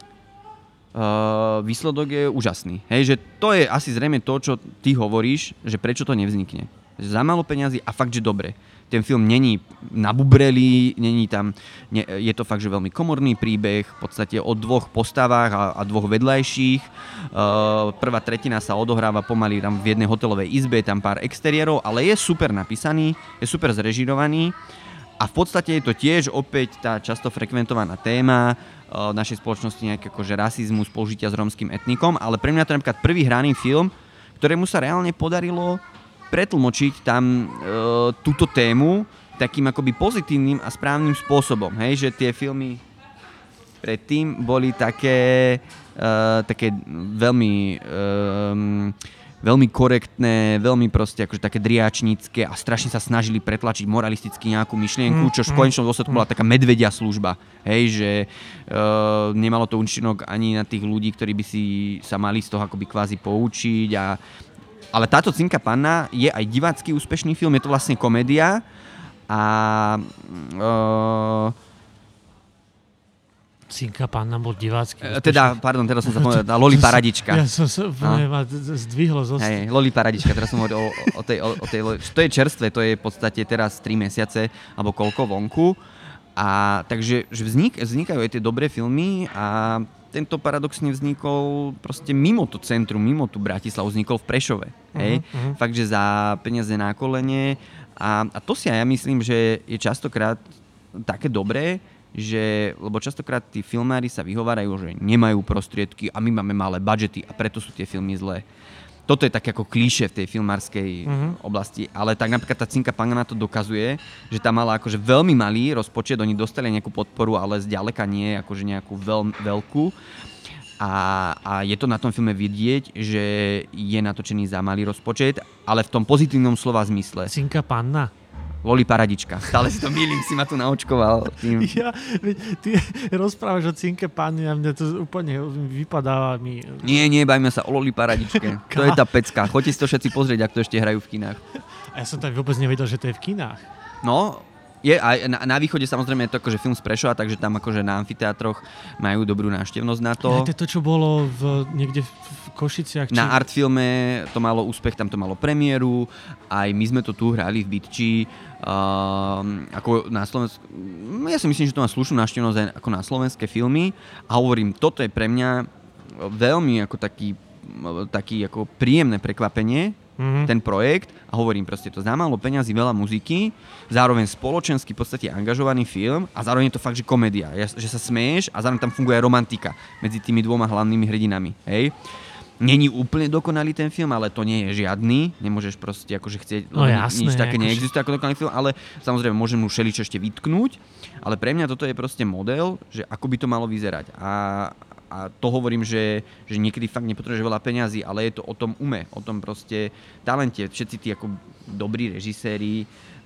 výsledok je úžasný. Hej, že to je asi zrejme to, čo ty hovoríš, že prečo to nevznikne. Za málo peňazí a fakt, že dobre. Ten film není nabubrelý, je to fakt, že veľmi komorný príbeh, v podstate o dvoch postavách a dvoch vedľajších. Prvá tretina sa odohráva pomaly tam v jednej hotelovej izbe, tam pár exteriérov, ale je super napísaný, je super zrežirovaný a v podstate je to tiež opäť tá často frekventovaná téma našej spoločnosti, nejaký akože rasizmus, použitia s rómskym etnikom, ale pre mňa to je napríklad prvý hraný film, ktorému sa reálne podarilo pretlmočiť tam túto tému takým akoby pozitívnym a správnym spôsobom. Hej, že tie filmy predtým boli také veľmi korektné, veľmi proste akože také driačnícke a strašne sa snažili pretlačiť moralisticky nejakú myšlienku, čo v konečnom dôsledku bola taká medvedia služba. Hej, že nemalo to účinok ani na tých ľudí, ktorí by si sa mali z toho akoby kvázi poučiť ale táto Cinka panna je aj divácky úspešný film, je to vlastne komédia a
Cinka panna bol divácky úspešný.
Teraz som sa povedal, Loli Paradička.
Ja som sa zdvihlo zo
Hej, Loli Paradička, teraz som hovoril o tej to je čerstvé, to je v podstate teraz 3 mesiace, alebo koľko vonku. A takže že vznikajú aj tie dobré filmy a tento paradoxne vznikol proste mimo to centrum, mimo tú Bratislavu, vznikol v Prešove. Hej? Fakt, že za peniaze na kolene. A to si aj ja myslím, že je častokrát také dobré, že, lebo častokrát tí filmári sa vyhovárajú, že nemajú prostriedky a my máme malé budžety a preto sú tie filmy zlé. Toto je také ako klíše v tej filmárskej oblasti, ale tak napríklad tá Cinka Panga na to dokazuje, že tá mala akože veľmi malý rozpočet, oni dostali nejakú podporu, ale zďaleka nie akože nejakú veľkú. A je to na tom filme vidieť, že je natočený za malý rozpočet, ale v tom pozitívnom slova zmysle.
Cinka Panna.
Loli Paradička. Stále si to mýlim, si ma tu naočkoval tým.
Ja, ty rozprávaš o Cinke Panne a mne to úplne vypadáva mi.
Nie, bavíme sa o Loli Paradičke. To je tá pecka. Choďte si to všetci pozrieť, ak to ešte hrajú v kinách.
A ja som tam vôbec nevedel, že to je v kinách.
No, je aj na východe samozrejme je to akože film z Prešova, takže tam akože na amfiteátroch majú dobrú návštevnosť na to.
To je to, čo bolo niekde v Košiciach.
Na Artfilme to malo úspech, tam to malo premiéru, aj my sme to tu hrali v Bytči, ako na Slovensku. Ja si myslím, že to má slušnú návštevnosť aj ako na slovenské filmy a hovorím, toto je pre mňa veľmi ako taký ako príjemné prekvapenie, ten projekt a hovorím proste to za málo peňazí, veľa muziky, zároveň spoločensky v podstate angažovaný film a zároveň je to fakt, že komédia, že sa smeješ a zároveň tam funguje aj romantika medzi tými dvoma hlavnými hrdinami, hej. Není úplne dokonalý ten film, ale to nie je žiadny, nemôžeš proste akože chcieť, nič také neexistuje ako dokonalý film, ale samozrejme môžem mu všeličo ešte vytknúť, ale pre mňa toto je proste model, že ako by to malo vyzerať a to hovorím, že niekedy fakt nepotrebuješ veľa peňazí, ale je to o tom o tom proste talente. Všetci tí ako dobrí režiséri,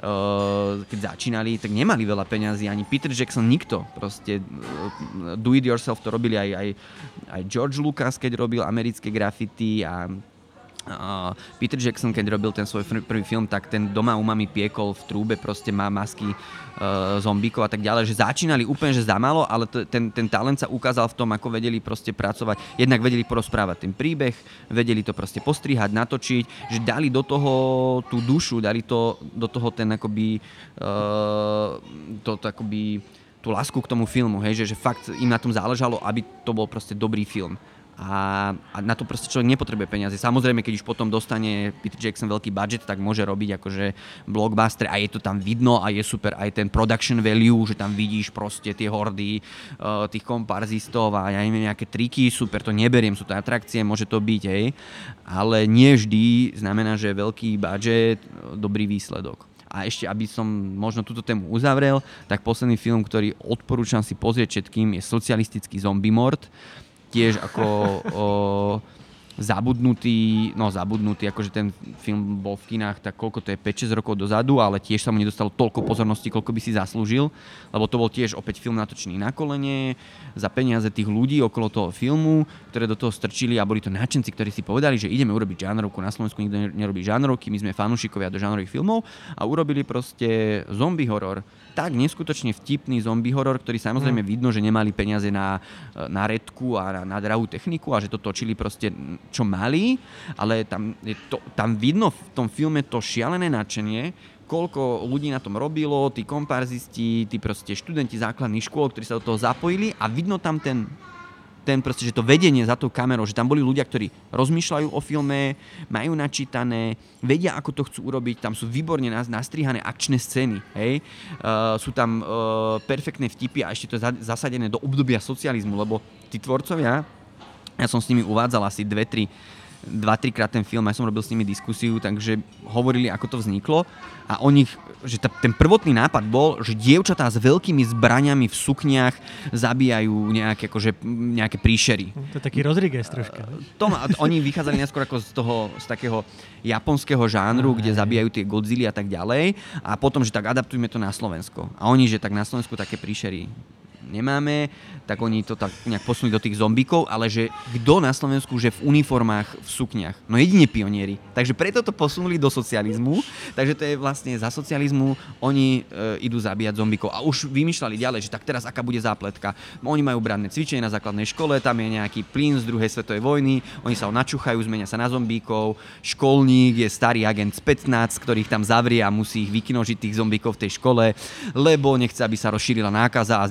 keď začínali, tak nemali veľa peňazí. Ani Peter Jackson, nikto. Proste do it yourself to robili aj George Lucas, keď robil americké graffiti a Peter Jackson, keď robil ten svoj prvý film, tak ten doma umami piekol v trúbe, proste má masky zombíkov a tak ďalej, že začínali úplne, že za málo, ale ten talent sa ukázal v tom, ako vedeli proste pracovať. Jednak vedeli porozprávať ten príbeh, vedeli to proste postrihať, natočiť, že dali do toho tú dušu, dali to do toho ten akoby tú lásku k tomu filmu, hej, že fakt im na tom záležalo, aby to bol proste dobrý film. A na to proste človek nepotrebuje peniaze. Samozrejme, keď už potom dostane Peter Jackson veľký budget, tak môže robiť akože blockbuster a je to tam vidno a je super aj ten production value, že tam vidíš proste tie hordy tých komparzistov a ja neviem, nejaké triky, super, to neberiem, sú to atrakcie, môže to byť, hej. Ale nie vždy znamená, že veľký budget, dobrý výsledok. A ešte, aby som možno túto tému uzavrel, tak posledný film, ktorý odporúčam si pozrieť všetkým, je Socialistický zombimord. Tiež ako zabudnutý, akože ten film bol v kinách tak koľko to je, 5-6 rokov dozadu, ale tiež sa mu nedostalo toľko pozornosti, koľko by si zaslúžil, lebo to bol tiež opäť film natočený na kolene, za peniaze tých ľudí okolo toho filmu, ktoré do toho strčili a boli to nadšenci, ktorí si povedali, že ideme urobiť žánrovku, na Slovensku nikto nerobí žánrovky, my sme fanúšikovia do žánrových filmov a urobili proste zombie horor. Tak neskutočne vtipný zombie horor, ktorý samozrejme vidno, že nemali peniaze na redku a na drahú techniku a že to točili proste čo mali, ale tam vidno v tom filme to šialené nadšenie, koľko ľudí na tom robilo, tí komparzisti, tí proste študenti základných škôl, ktorí sa do toho zapojili a vidno tam ten proste, že to vedenie za tou kamerou, že tam boli ľudia, ktorí rozmýšľajú o filme, majú načítané, vedia, ako to chcú urobiť, tam sú výborne nastrihané akčné scény, hej? Sú tam perfektné vtipy a ešte to je zasadené do obdobia socializmu, lebo tí tvorcovia, ja som s nimi uvádzal asi 2-3 krát ten film, ja som robil s nimi diskusiu, takže hovorili, ako to vzniklo a o nich, že ten prvotný nápad bol, že dievčatá s veľkými zbraňami v sukniach zabíjajú nejaké príšery.
To je taký Rodriguez troška.
Oni vychádzali neskôr ako z takého japonského žánru, kde zabíjajú tie Godzilla a tak ďalej a potom, že tak adaptujme to na Slovensko. A oni, že tak na Slovensku také príšery nemáme, tak oni to tak nejak posunuli do tých zombíkov, ale že kto na Slovensku, že v uniformách, v sukniach? No jedine pionieri. Takže preto to posunuli do socializmu, takže to je vlastne za socializmu oni idú zabíjať zombíkov a už vymýšľali ďalej, že tak teraz aká bude zápletka. Oni majú branné cvičenie na základnej škole, tam je nejaký plyn z druhej svetovej vojny, oni sa ho načuchajú, zmenia sa na zombíkov, školník je starý agent Specnaz, ktorých tam zavrie a musí ich vykinožiť tých zombíkov v tej škole, lebo nechce, aby sa rozšírila nákaza a zničila komunitu.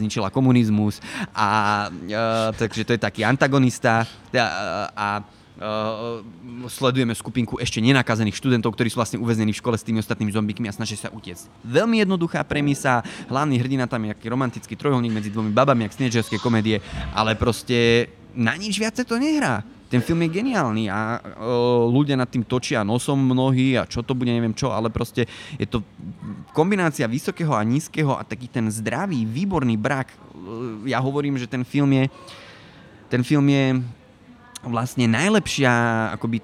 komunizmus a takže to je taký antagonista a sledujeme skupinku ešte nenakazených študentov, ktorí sú vlastne uväznení v škole s tými ostatnými zombíkmi a snažia sa utiecť. Veľmi jednoduchá premisa, hlavný hrdina tam je aký romantický trojuholník medzi dvomi babami, jak z tínedžerskej komédie, ale proste na nič viacej to nehrá. Ten film je geniálny a ľudia nad tým točia nosom mnohí a čo to bude, neviem čo, ale proste je to kombinácia vysokého a nízkeho a taký ten zdravý, výborný brak. Ja hovorím, že ten film je vlastne najlepšia akoby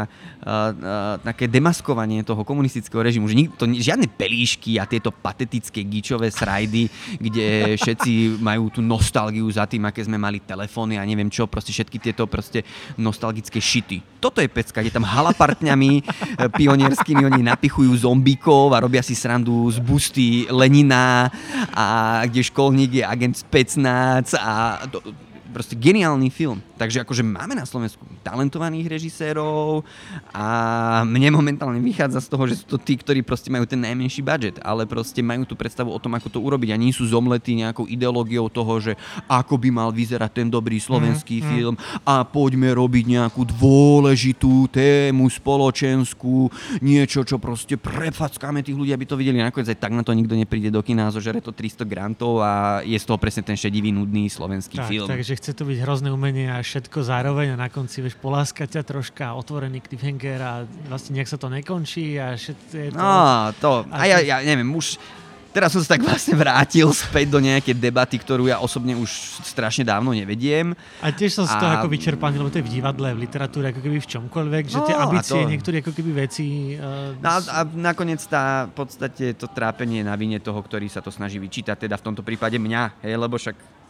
také demaskovanie toho komunistického režimu, že žiadne pelíšky a tieto patetické gíčové srajdy, kde všetci majú tú nostalgiu za tým, aké sme mali telefóny a neviem čo, proste všetky tieto proste nostalgické šity. Toto je pecka, kde tam halapartňami pionierskými oni napichujú zombíkov a robia si srandu z busty Lenina a kde školník je agent Specnác a proste geniálny film. Takže akože máme na Slovensku talentovaných režisérov a mne momentálne vychádza z toho, že sú to tí, ktorí proste majú ten najmenší budget, ale proste majú tú predstavu o tom, ako to urobiť a nie sú zomletí nejakou ideológiou toho, že ako by mal vyzerať ten dobrý slovenský film a poďme robiť nejakú dôležitú tému spoločenskú, niečo, čo proste prefackáme tých ľudí, aby to videli. Nakoniec aj tak na to nikto nepríde do kina, zožere to 300 grantov a je z toho presne ten šedivý, nudný slovenský film.
Takže chce to byť hrozné umenie a všetko zároveň a na konci vieš poláskať ťa troška, otvorený cliffhanger a vlastne nejak sa to nekončí a všetko je to...
No, to... A ja neviem, už... Teraz som sa tak vlastne vrátil späť do nejakej debaty, ktorú ja osobne už strašne dávno nevediem.
A tiež som z toho ako vyčerpaný, lebo to je v divadle, v literatúre, ako keby v čomkoľvek, že tie ambície, niektoré ako keby veci...
A nakoniec v podstate to trápenie na vine toho, ktorý sa to snaží vyčítať, teda v tomto prípade mňa, hej, lebo však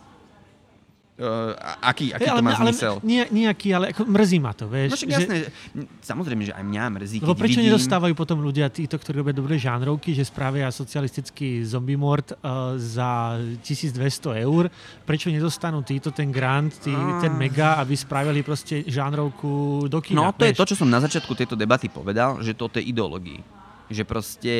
aký to má zmysel?
Nejaký, ale ako mrzí ma to, vieš.
No však jasné, samozrejme, že aj mňa mrzí, keď
lebo prečo
vidím...
nedostávajú potom ľudia, títo, ktorí robia dobré žánrovky, že spravia socialistický zombie mord za 1200 €, prečo nedostanú títo ten grant, ten mega, aby spravili proste žánrovku do kina?
No to je to, čo som na začiatku tejto debaty povedal, že to je ideológii. Že proste...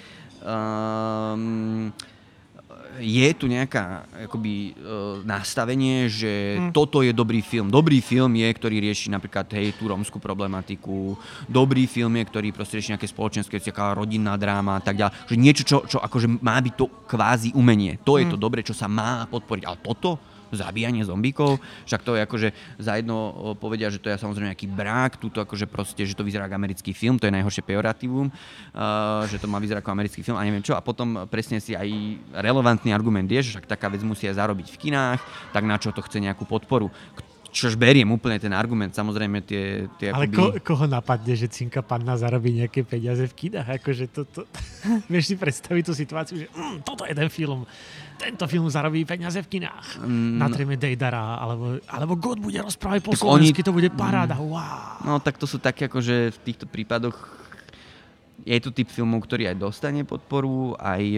je tu nejaká akoby, nastavenie, že toto je dobrý film. Dobrý film je, ktorý rieši napríklad tú rómskú problematiku. Dobrý film je, ktorý proste rieši nejaké spoločenské, nejaká rodinná dráma a tak ďalej. Že niečo, čo akože má byť to kvázi umenie. To je to dobré, čo sa má podporiť. Ale toto zabíjanie zombíkov, však to je akože za jedno povedia, že to je samozrejme nejaký brák, tuto akože proste, že to vyzerá ako americký film, to je najhoršie pejoratívum, že to má vyzerať ako americký film a neviem čo. A potom presne si aj relevantný argument je, že však taká vec musí aj zarobiť v kinách, tak na čo to chce nejakú podporu. Čož beriem úplne ten argument, samozrejme tie
ale
akoby...
koho napadne, že Cinka panna zarobí nejaké peniaze v kinách? Akože toto... Vieš si predstaviť tú situáciu, že toto je ten film. Tento film zarobí peniaze v kinách. Natrieme Dejdara, alebo God bude rozprávať po slovensky, to bude paráda. Wow.
No tak to sú také akože v týchto prípadoch je to typ filmov, ktorý aj dostane podporu,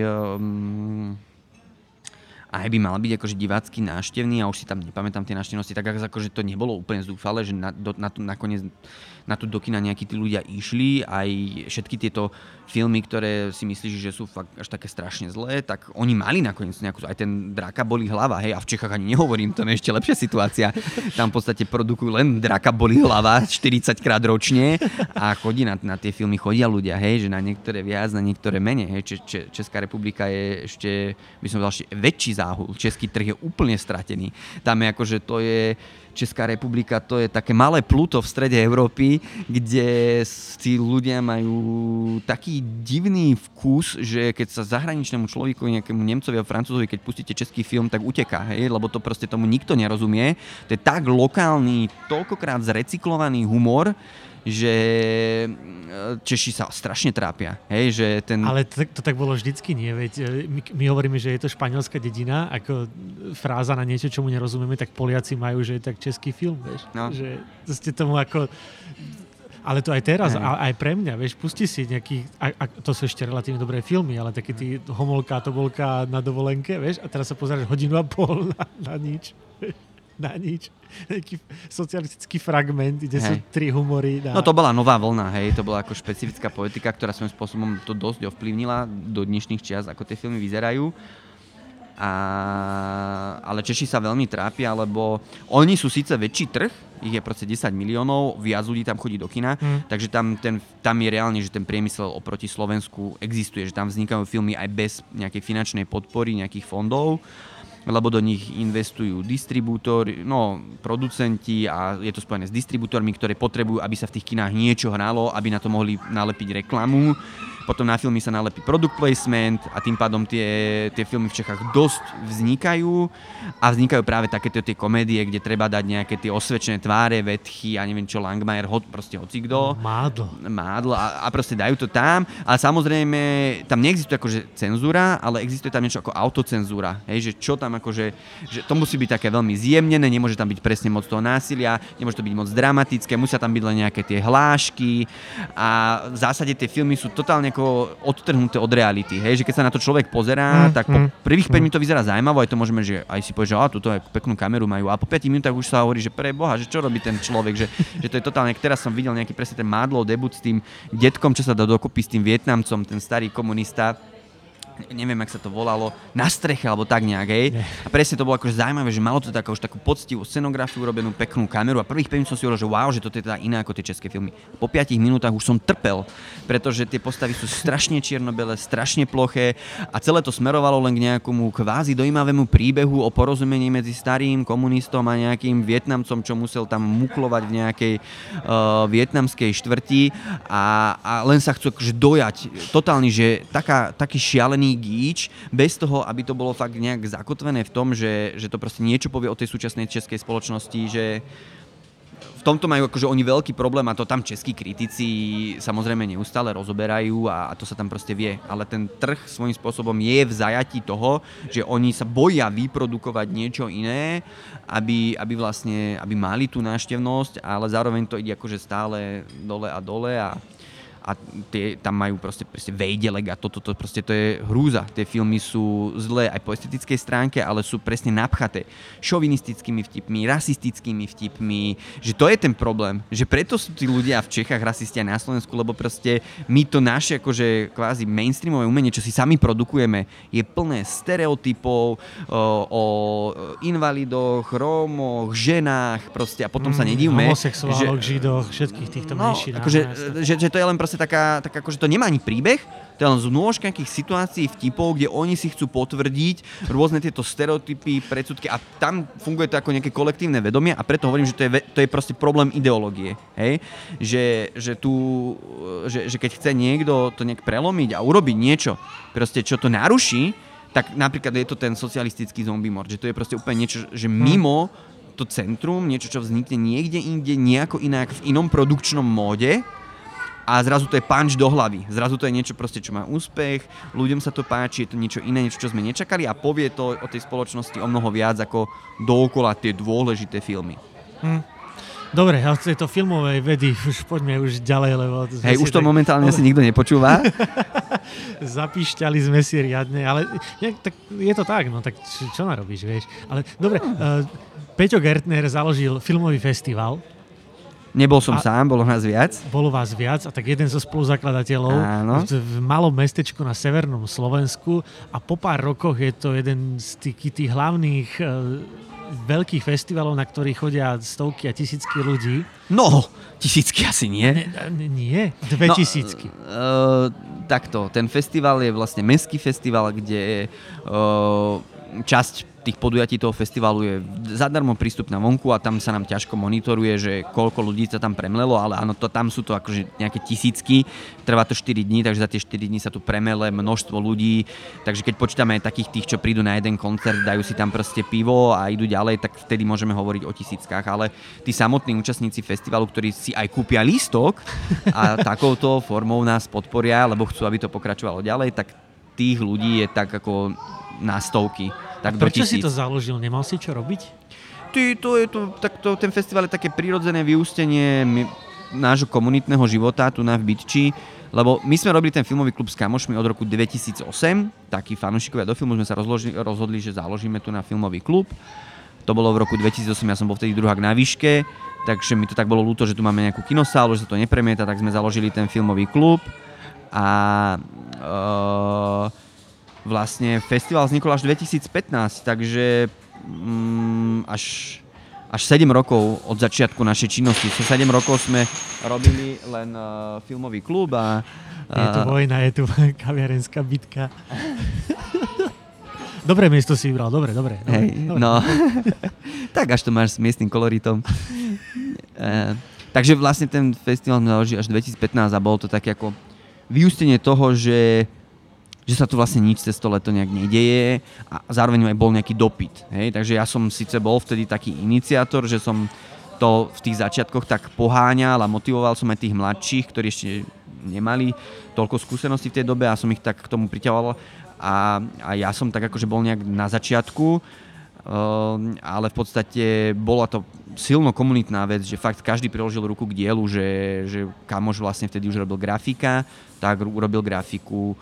aj by mal byť akože divácky návštevný a už si tam nepamätám tie návštevnosti, tak akože to nebolo úplne zúfale, že nakoniec na to do kina nejakí tí ľudia išli, aj všetky tieto filmy, ktoré si myslíš, že sú fakt až také strašne zlé, tak oni mali nakoniec nejakú, aj ten Dráka bolí hlava, hej, a v Čechách ani nehovorím, to je ešte lepšia situácia. Tam v podstate produkujú len Dráka bolí hlava 40 krát ročne a chodí na tie filmy chodia ľudia, hej, že na niektoré viac, na niektoré menej, hej. Česká republika je ešte, by som povedal, ešte väčší záhul. Český trh je úplne stratený. Tam je akože to je Česká republika, to je také malé Pluto v strede Európy, kde tí ľudia majú taký divný vkus, že keď sa zahraničnému človeku, nejakému Nemcovi a Francúzovi, keď pustíte český film, tak uteká, hej, lebo to proste tomu nikto nerozumie. To je tak lokálny, toľkokrát zrecyklovaný humor, že Češi sa strašne trápia. Hej, že
Ale to tak bolo vždycky, nie? Veď my hovoríme, že je to španielská dedina, ako fráza na niečo, čomu nerozumieme, tak Poliaci majú, že je tak český film, vieš. No. Že ste tomu ako... Ale to aj teraz, aj pre mňa, vieš, pusti si nejaký, to sú ešte relatívne dobré filmy, ale také tí Homolka, Tobolka na dovolenke, vieš, a teraz sa pozeráš 1,5 hodiny na nič, vieš. Na nič. Taký socialistický fragment, kde sú 3 humory.
No to bola nová vlna, hej, to bola ako špecifická politika, ktorá svojím spôsobom to dosť ovplyvnila do dnešných čias, ako tie filmy vyzerajú. A ale Češi sa veľmi trápia, lebo oni sú síce väčší trh, ich je proste 10 miliónov, viac ľudí tam chodí do kina, takže tam je reálne, že ten priemysel oproti Slovensku existuje, že tam vznikajú filmy aj bez nejakej finančnej podpory, nejakých fondov, lebo do nich investujú distribútori, producenti a je to spojené s distribútormi, ktorí potrebujú, aby sa v tých kinách niečo hralo, aby na to mohli nalepiť reklamu. Potom na filmy sa nalepí product placement a tým pádom tie filmy v Čechách dosť vznikajú a vznikajú práve takéto tie komédie, kde treba dať nejaké tie osvedčené tváre, vetchy a neviem čo, Langmajer, proste hocikdo. Mádl a proste dajú to tam, ale samozrejme tam neexistuje akože cenzúra, ale existuje tam niečo ako autocenzúra, hej, že čo tam akože, že to musí byť také veľmi zjemnené, nemôže tam byť presne moc toho násilia, nemôže to byť moc dramatické, musia tam byť len nejaké tie hlášky a v zásade tie filmy sú totálne ako odtrhnuté od reality, hej, že keď sa na to človek pozerá, tak po prvých 5 minút to vyzerá zaujímavo, aj to môžeme, že aj si povie, že túto peknú kameru majú a po 5 minútach už sa hovorí, že pre Boha, že čo robí ten človek, že to je totálne, teraz som videl nejaký presne ten Mádlov debut s tým detkom, čo sa dá dokopy s tým Vietnamcom, ten starý komunista, neviem, jak sa to volalo, na streche, alebo tak nejak, hej. A presne to bolo akože zaujímavé, že malo to takú poctivú scenografiu, urobenú peknú kameru a prvých 5 minút som si hovoril, že wow, že toto je teda iné ako tie české filmy. Po 5 minútach už som trpel, pretože tie postavy sú strašne čierno-biele, strašne ploché a celé to smerovalo len k nejakomu kvázi dojímavému príbehu o porozumení medzi starým komunistom a nejakým Vietnamcom, čo musel tam muklovať v nejakej vietnamskej štvrti a len sa chcú akože dojať. Totálny, že taký šialený gíč, bez toho, aby to bolo fakt nejak zakotvené v tom, že to proste niečo povie o tej súčasnej českej spoločnosti, že v tomto majú akože oni veľký problém a to tam českí kritici samozrejme neustále rozoberajú a to sa tam proste vie. Ale ten trh svojím spôsobom je v zajatí toho, že oni sa boja vyprodukovať niečo iné, aby mali tú návštevnosť, ale zároveň to ide akože stále dole a tam majú proste vejdelek a toto proste to je hrúza. Tie filmy sú zlé aj po estetickej stránke, ale sú presne napchaté šovinistickými vtipmi, rasistickými vtipmi, že to je ten problém, že preto sú tí ľudia v Čechách rasisti aj na Slovensku, lebo proste my to naše akože kvázi mainstreamové umenie, čo si sami produkujeme, je plné stereotypov o invalidoch, Rómoch, ženách proste a potom sa nedívme,
homosexuáloch, židoch, všetkých týchto menšinách.
Akože, že to je len proste taká akože to nemá ani príbeh, to je len znôžka nejakých situácií, vtipov, kde oni si chcú potvrdiť rôzne tieto stereotypy, predsudky a tam funguje to ako nejaké kolektívne vedomie a preto hovorím, že to je proste problém ideológie, hej? Že keď chce niekto to nejak prelomiť a urobiť niečo, proste čo to naruší, tak napríklad je to ten socialistický zombie mord, že to je proste úplne niečo, že mimo to centrum, niečo, čo vznikne niekde inde, nejako inak v inom produkčnom móde, a zrazu to je punch do hlavy. Zrazu to je niečo proste, čo má úspech, ľuďom sa to páči, je to niečo iné, niečo, čo sme nečakali a povie to o tej spoločnosti o mnoho viac ako dookola tie dôležité filmy.
Dobre, ale z tejto filmovej vedy už poďme už ďalej, lebo...
Hej, už to momentálne asi nikto nepočúva.
Zapíšťali sme si riadne, ale tak je to tak, no tak čo narobíš, vieš. Ale dobre, Peťo Gertner založil filmový festival.
Nebol som sám, bolo nás viac.
Bolo vás viac a tak jeden zo spoluzakladateľov v malom mestečku na severnom Slovensku a po pár rokoch je to jeden z tých hlavných veľkých festivalov, na ktorých chodia stovky a tisícky ľudí.
No, tisícky asi nie.
Nie, 2000.
Takto, ten festival je vlastne mestský festival, kde časť tých podujatí toho festivalu je zadarmo prístupná vonku a tam sa nám ťažko monitoruje, že koľko ľudí sa tam premlelo, ale áno, tam sú to akože nejaké tisícky, trvá to 4 dní, takže za tie 4 dní sa tu premele množstvo ľudí, takže keď počítame aj takých tých, čo prídu na jeden koncert, dajú si tam proste pivo a idú ďalej, tak vtedy môžeme hovoriť o tisíckach, ale tí samotní účastníci festivalu, ktorí si aj kúpia lístok a takouto formou nás podporia, lebo chcú, aby to pokračovalo ďalej, tak tých ľudí je tak ako na stovky. Tak
prečo si to založil? Nemal si čo robiť?
Ten festival je také prirodzené vyústenie nášho komunitného života tu na v Bytči, lebo my sme robili ten filmový klub s kamošmi od roku 2008, takí fanúšikovia do filmu, sme sa rozhodli, že založíme tu na filmový klub. To bolo v roku 2008, ja som bol vtedy druhák na výške, takže mi to tak bolo ľúto, že tu máme nejakú kinosálu, že sa to nepremieta, tak sme založili ten filmový klub a vlastne festival vznikol až 2015, takže až 7 rokov od začiatku našej činnosti. 7 rokov sme robili len filmový klub a...
Je tu vojna, je tu kaviarenská bitka. Dobré miesto si vybral, dobre.
Hej, no. Tak až to máš s miestnym koloritom. Takže vlastne ten festival sme založili až 2015 a bolo to také ako vyústenie toho, že sa tu vlastne nič cez to leto nejak nedeje a zároveň aj bol nejaký dopyt. Hej? Takže ja som síce bol vtedy taký iniciátor, že som to v tých začiatkoch tak poháňal a motivoval som aj tých mladších, ktorí ešte nemali toľko skúseností v tej dobe a som ich tak k tomu priťahoval a ja som tak akože bol nejak na začiatku, ale v podstate bola to silno komunitná vec, že fakt každý priložil ruku k dielu, že kamoš vlastne vtedy už robil grafika, tak urobil grafiku.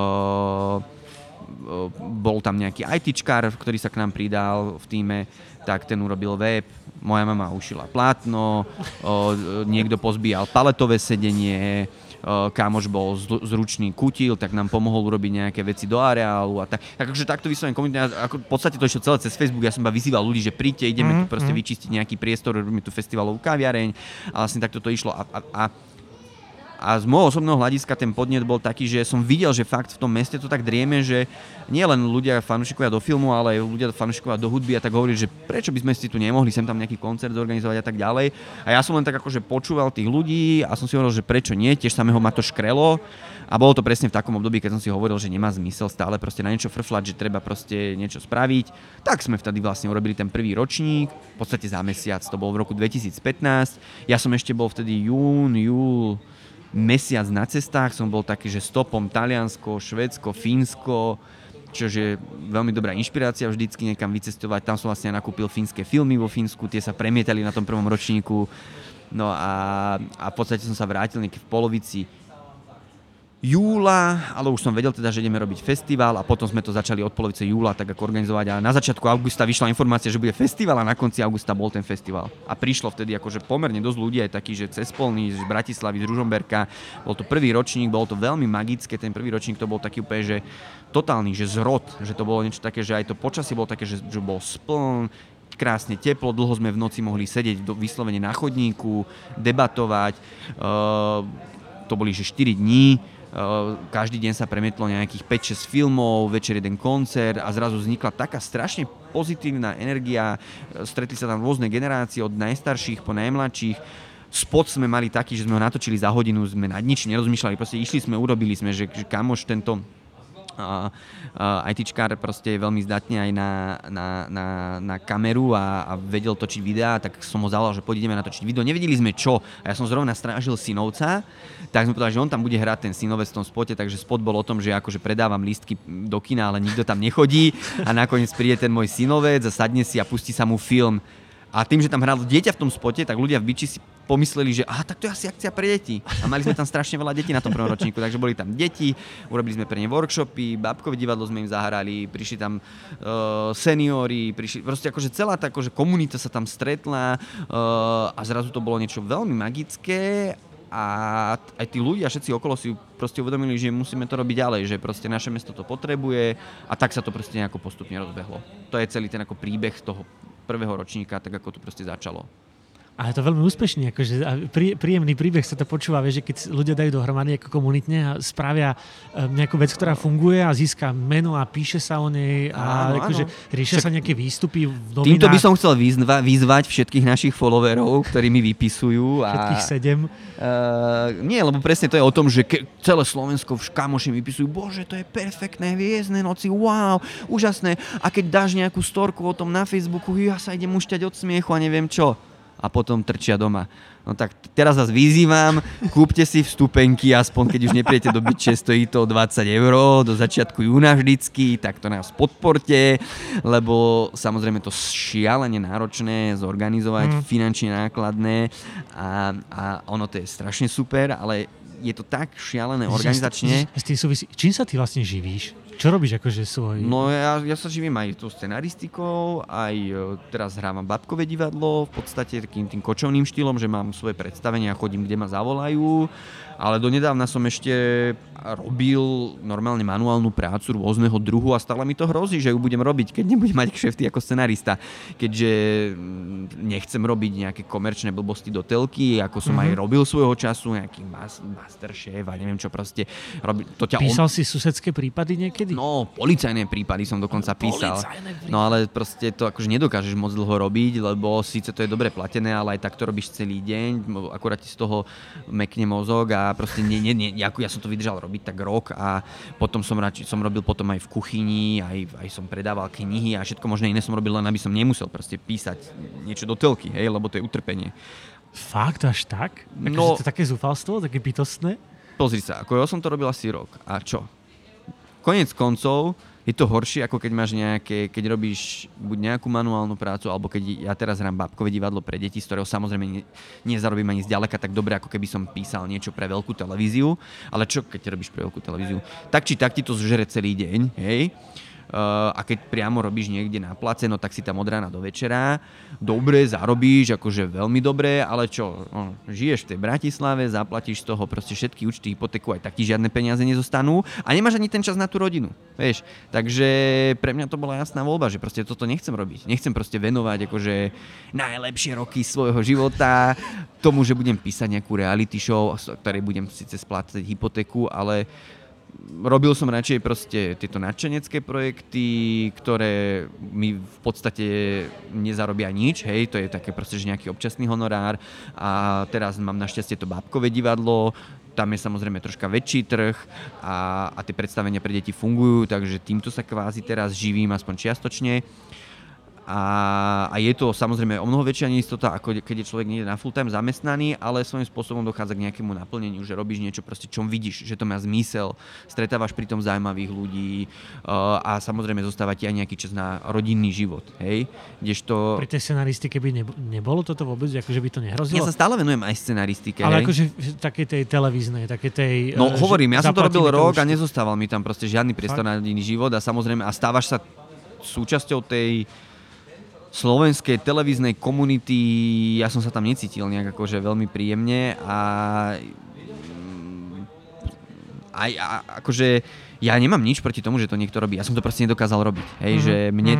Bol tam nejaký ITčkár, ktorý sa k nám pridal v tíme, tak ten urobil web, moja mama ušila plátno, niekto pozbíjal paletové sedenie, kámoš bol zručný kutil, tak nám pomohol urobiť nejaké veci do areálu a tak. Takže takto vyslovene komunitné, v podstate to išlo celé cez Facebook, ja som iba vyzýval ľudí, že príďte, ideme tu proste vyčistiť nejaký priestor, robíme tu festivalovú kaviareň a vlastne takto to išlo a z môjho osobného hľadiska ten podnet bol taký, že som videl, že fakt v tom meste to tak drieme, že nie len ľudia fanúšikovia do filmu, ale aj ľudia fanúšikovia do hudby a tak hovorili, že prečo by sme si tu nemohli sem tam nejaký koncert zorganizovať a tak ďalej. A ja som len tak akože počúval tých ľudí a som si hovoril, že prečo nie, tiež samého ma to škrelo. A bolo to presne v takom období, keď som si hovoril, že nemá zmysel stále proste na niečo frflať, že treba proste niečo spraviť. Tak sme vtedy vlastne urobili ten prvý ročník, v podstate za mesiac, to bol v roku 2015. Ja som ešte bol vtedy júl, mesiac na cestách, som bol taký, že stopom Taliansko, Švédsko, Fínsko, čože veľmi dobrá inšpirácia vždycky niekam vycestovať. Tam som vlastne nakúpil fínske filmy vo Fínsku, tie sa premietali na tom prvom ročníku. No a v podstate som sa vrátil niekde v polovici júla, ale už som vedel teda, že ideme robiť festival a potom sme to začali od polovice júla tak ako organizovať a na začiatku augusta vyšla informácia, že bude festival a na konci augusta bol ten festival. A prišlo vtedy akože pomerne dosť ľudí, aj takí, že cez Polný, z Bratislavy, z Ružomberka. Bol to prvý ročník, bolo to veľmi magické, ten prvý ročník to bol taký úplne, že totálny, že zrod, že to bolo niečo také, že aj to počasie bolo také, že bol spln, krásne teplo, dlho sme v noci mohli sedieť vyslovene na chodníku, debatovať. To boli že 4 dní. Každý deň sa premietlo nejakých 5-6 filmov, večer jeden koncert a zrazu vznikla taká strašne pozitívna energia. Stretli sa tam rôzne generácie od najstarších po najmladších. Spot sme mali taký, že sme ho natočili za hodinu, sme nad nič nerozmýšľali, proste išli sme, urobili sme, že kamoš tento ITčkár proste je veľmi zdatný aj na kameru a vedel točiť videá, tak som ho zavolal, že ideme natočiť video. Nevedeli sme čo a ja som zrovna strážil Synovca, tak sme povedali, že on tam bude hrať ten Synovec v tom spote, takže spot bol o tom, že akože predávam lístky do kina, ale nikto tam nechodí a nakoniec príde ten môj Synovec a sadne si a pustí sa mu film. A tým, že tam hralo dieťa v tom spote, tak ľudia v Biči si pomysleli, že to je asi akcia pre deti. A mali sme tam strašne veľa detí na tom prvom ročníku, takže boli tam deti, urobili sme pre ne workshopy, bábkové divadlo sme im zahrali, prišli tam seniori, proste akože celá tá akože komunita sa tam stretla a zrazu to bolo niečo veľmi magické a aj tí ľudia, všetci okolo si proste uvedomili, že musíme to robiť ďalej, že proste naše mesto to potrebuje a tak sa to proste nejako postupne rozbehlo. To je celý ten ako príbeh toho prvého ročníka, tak ako to proste začalo.
A je to veľmi úspešný, akože príjemný príbeh sa to počúva, vieš, že keď ľudia dajú dohromady ako komunitne a spravia nejakú vec, ktorá funguje a získa meno a píše sa o nej a akože riešia sa nejaké výstupy v novinách.
Týmto by som chcel vyzvať všetkých našich followerov, ktorí mi vypisujú.
Všetkých 7.
Nie, lebo presne to je o tom, že celé Slovensko kamoši mi vypisujú, bože, to je perfektné, Hviezdne noci, wow, úžasné. A keď dáš nejakú storku o tom na Facebooku, ja sa idem ušťať od smiechu a neviem čo. A potom trčia doma. No tak teraz vás vyzývam, kúpte si vstupenky, aspoň keď už neprijete do Byče, stojí to 20 € do začiatku júna vždycky, tak to nás podporte, lebo samozrejme to šialene náročné zorganizovať, finančne nákladné a ono to je strašne super, ale je to tak šialené organizačne.
S tým súvisí. Čím sa ty vlastne živíš? Čo robíš akože svoj?
No ja sa živím aj tou scenaristikou, aj teraz hrávam bábkové divadlo, v podstate takým tým kočovným štýlom, že mám svoje predstavenia a chodím, kde ma zavolajú, ale donedávna som ešte robil normálne manuálnu prácu rôzneho druhu a stále mi to hrozí, že ju budem robiť, keď nebudem mať kšefty ako scenarista. Keďže nechcem robiť nejaké komerčné blbosti do telky, ako som aj robil svojho času, nejaký Masterchef a neviem čo proste.
Písal si susedské prípady niekedy?
No, policajné prípady som dokonca písal. No ale proste to akože nedokážeš moc dlho robiť, lebo síce to je dobre platené, ale aj tak to robíš celý deň, akurát ti z toho mekne mozog a proste ja som to vydržal robiť tak rok a potom som robil potom aj v kuchyni, aj som predával knihy a všetko možné iné som robil, len aby som nemusel proste písať niečo do telky, hej, lebo to je utrpenie.
Fakt, až tak? No, to je také zúfalstvo, také bytostné?
Pozri sa, ako ja som to robil asi rok. A čo? Konec koncov je to horšie, ako keď máš keď robíš buď nejakú manuálnu prácu, alebo keď ja teraz hrám bábkové divadlo pre deti, z ktorého samozrejme nezarobím ani zďaleka tak dobre, ako keby som písal niečo pre veľkú televíziu. Ale čo, keď robíš pre veľkú televíziu? Tak či tak ti to zžere celý deň, hej? A keď priamo robíš niekde na place, no tak si tam od rána do večera. Dobre, zarobíš, akože veľmi dobre, ale čo? Žiješ v tej Bratislave, zaplatíš z toho proste všetky účty, hypotéku, aj tak ti žiadne peniaze nezostanú a nemáš ani ten čas na tú rodinu, vieš. Takže pre mňa to bola jasná voľba, že proste toto nechcem robiť. Nechcem proste venovať akože najlepšie roky svojho života tomu, že budem písať nejakú reality show, ktorej budem síce splácať hypotéku, ale robil som radšej proste tieto nadšenecké projekty, ktoré mi v podstate nezarobia nič, hej, to je také proste, že nejaký občasný honorár a teraz mám našťastie to bábkové divadlo, tam je samozrejme troška väčší trh a tie predstavenia pre deti fungujú, takže týmto sa kvázi teraz živím aspoň čiastočne. A je to samozrejme o mnoho väčšia neistota, ako keď je človek niekde na full time zamestnaný, ale svojím spôsobom dochádza k nejakému naplneniu, že robíš niečo proste, čom vidíš, že to má zmysel, stretávaš pri tom zaujímavých ľudí a samozrejme zostáva ti aj nejaký čas na rodinný život, hej? Kdežto...
Pri tej scenaristike by nebolo toto vôbec, akože by to nehrozilo?
Ja sa stále venujem aj scenaristike,
ale
hej?
akože takej tej televíznej, takej tej...
No hovorím, ja som to robil rok a nezostával mi tam proste žiadny priestor na rodinný život a samozrejme a stávaš sa súčasťou tej slovenskej televíznej komunity, ja som sa tam necítil nejak akože veľmi príjemne a akože ja nemám nič proti tomu, že to niekto robí. Ja som to proste nedokázal robiť. Hej, že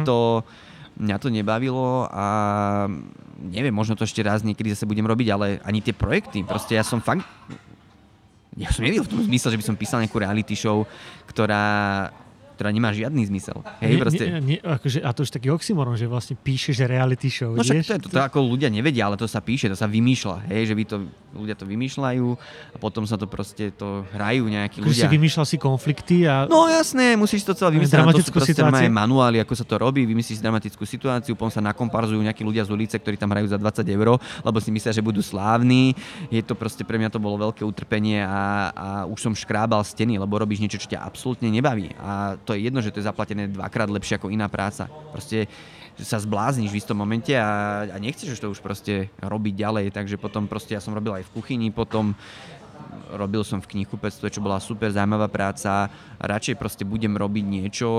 mňa to nebavilo a neviem, možno to ešte raz niekedy zase budem robiť, ale ani tie projekty, proste ja som nevidel v tom zmysle, že by som písal nejakú reality show, ktorá nemá žiadny zmysel. Hej,
akože, a to už taký oxymoron, že vlastne píšeš reality show.
No však to ako ľudia nevedia, ale to sa píše, to sa vymýšľa. Hej, že ľudia to vymýšľajú a potom sa to proste hrajú nejakí ľudia.
Si vymýšľal si konflikty a...
No jasné, musíš to celé vymyslieť. Dramatickú situáciu. Manuály, ako sa to robí, vymyslíš dramatickú situáciu, potom sa nakomparzujú nejakí ľudia z ulice, ktorí tam hrajú za 20 €, lebo si myslia, že budú slávni. Je to proste, pre mňa to bolo veľké utrpenie a už som škrábal steny, lebo robíš niečo, čo ťa absolútne nebaví. A to je jedno, že to je zaplatené dvakrát lepšie ako iná práca. Proste sa zblázniš v istom momente a nechceš to už proste robiť ďalej, takže potom proste ja som robil aj v kuchyni, potom robil som v knihkupectve, čo bola super zaujímavá práca. Radšej proste budem robiť niečo,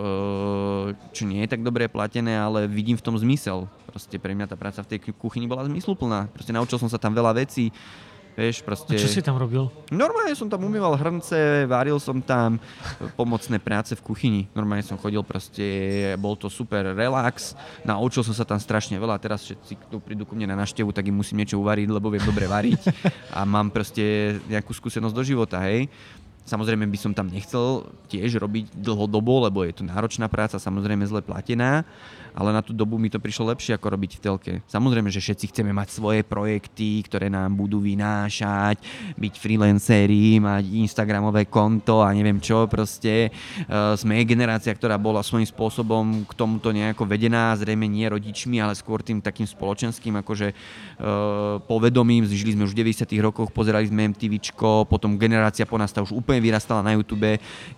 čo nie je tak dobre platené, ale vidím v tom zmysel. Proste pre mňa tá práca v tej kuchyni bola zmysluplná. Proste naučil som sa tam veľa vecí. Vieš, proste...
A čo si tam robil?
Normálne som tam umýval hrnce, varil som tam pomocné práce v kuchyni. Normálne som chodil proste, bol to super relax, naučil som sa tam strašne veľa. Teraz všetci, kto prídu ku mne na návštevu, tak im musím niečo uvariť, lebo viem dobre variť. A mám proste nejakú skúsenosť do života, hej. Samozrejme by som tam nechcel tiež robiť dlhodobo, lebo je to náročná práca, samozrejme zle platená, ale na tú dobu mi to prišlo lepšie ako robiť v telke. Samozrejme, že všetci chceme mať svoje projekty, ktoré nám budú vynášať, byť freelanceri, mať instagramové konto a neviem čo, proste. Sme generácia, ktorá bola svojím spôsobom k tomuto nejako vedená, zrejme nie rodičmi, ale skôr tým takým spoločenským, akože povedomím. Žili sme už v 90. rokoch, pozerali sme MTVčko, potom generácia po nás tá už úplne vyrastala na YouTube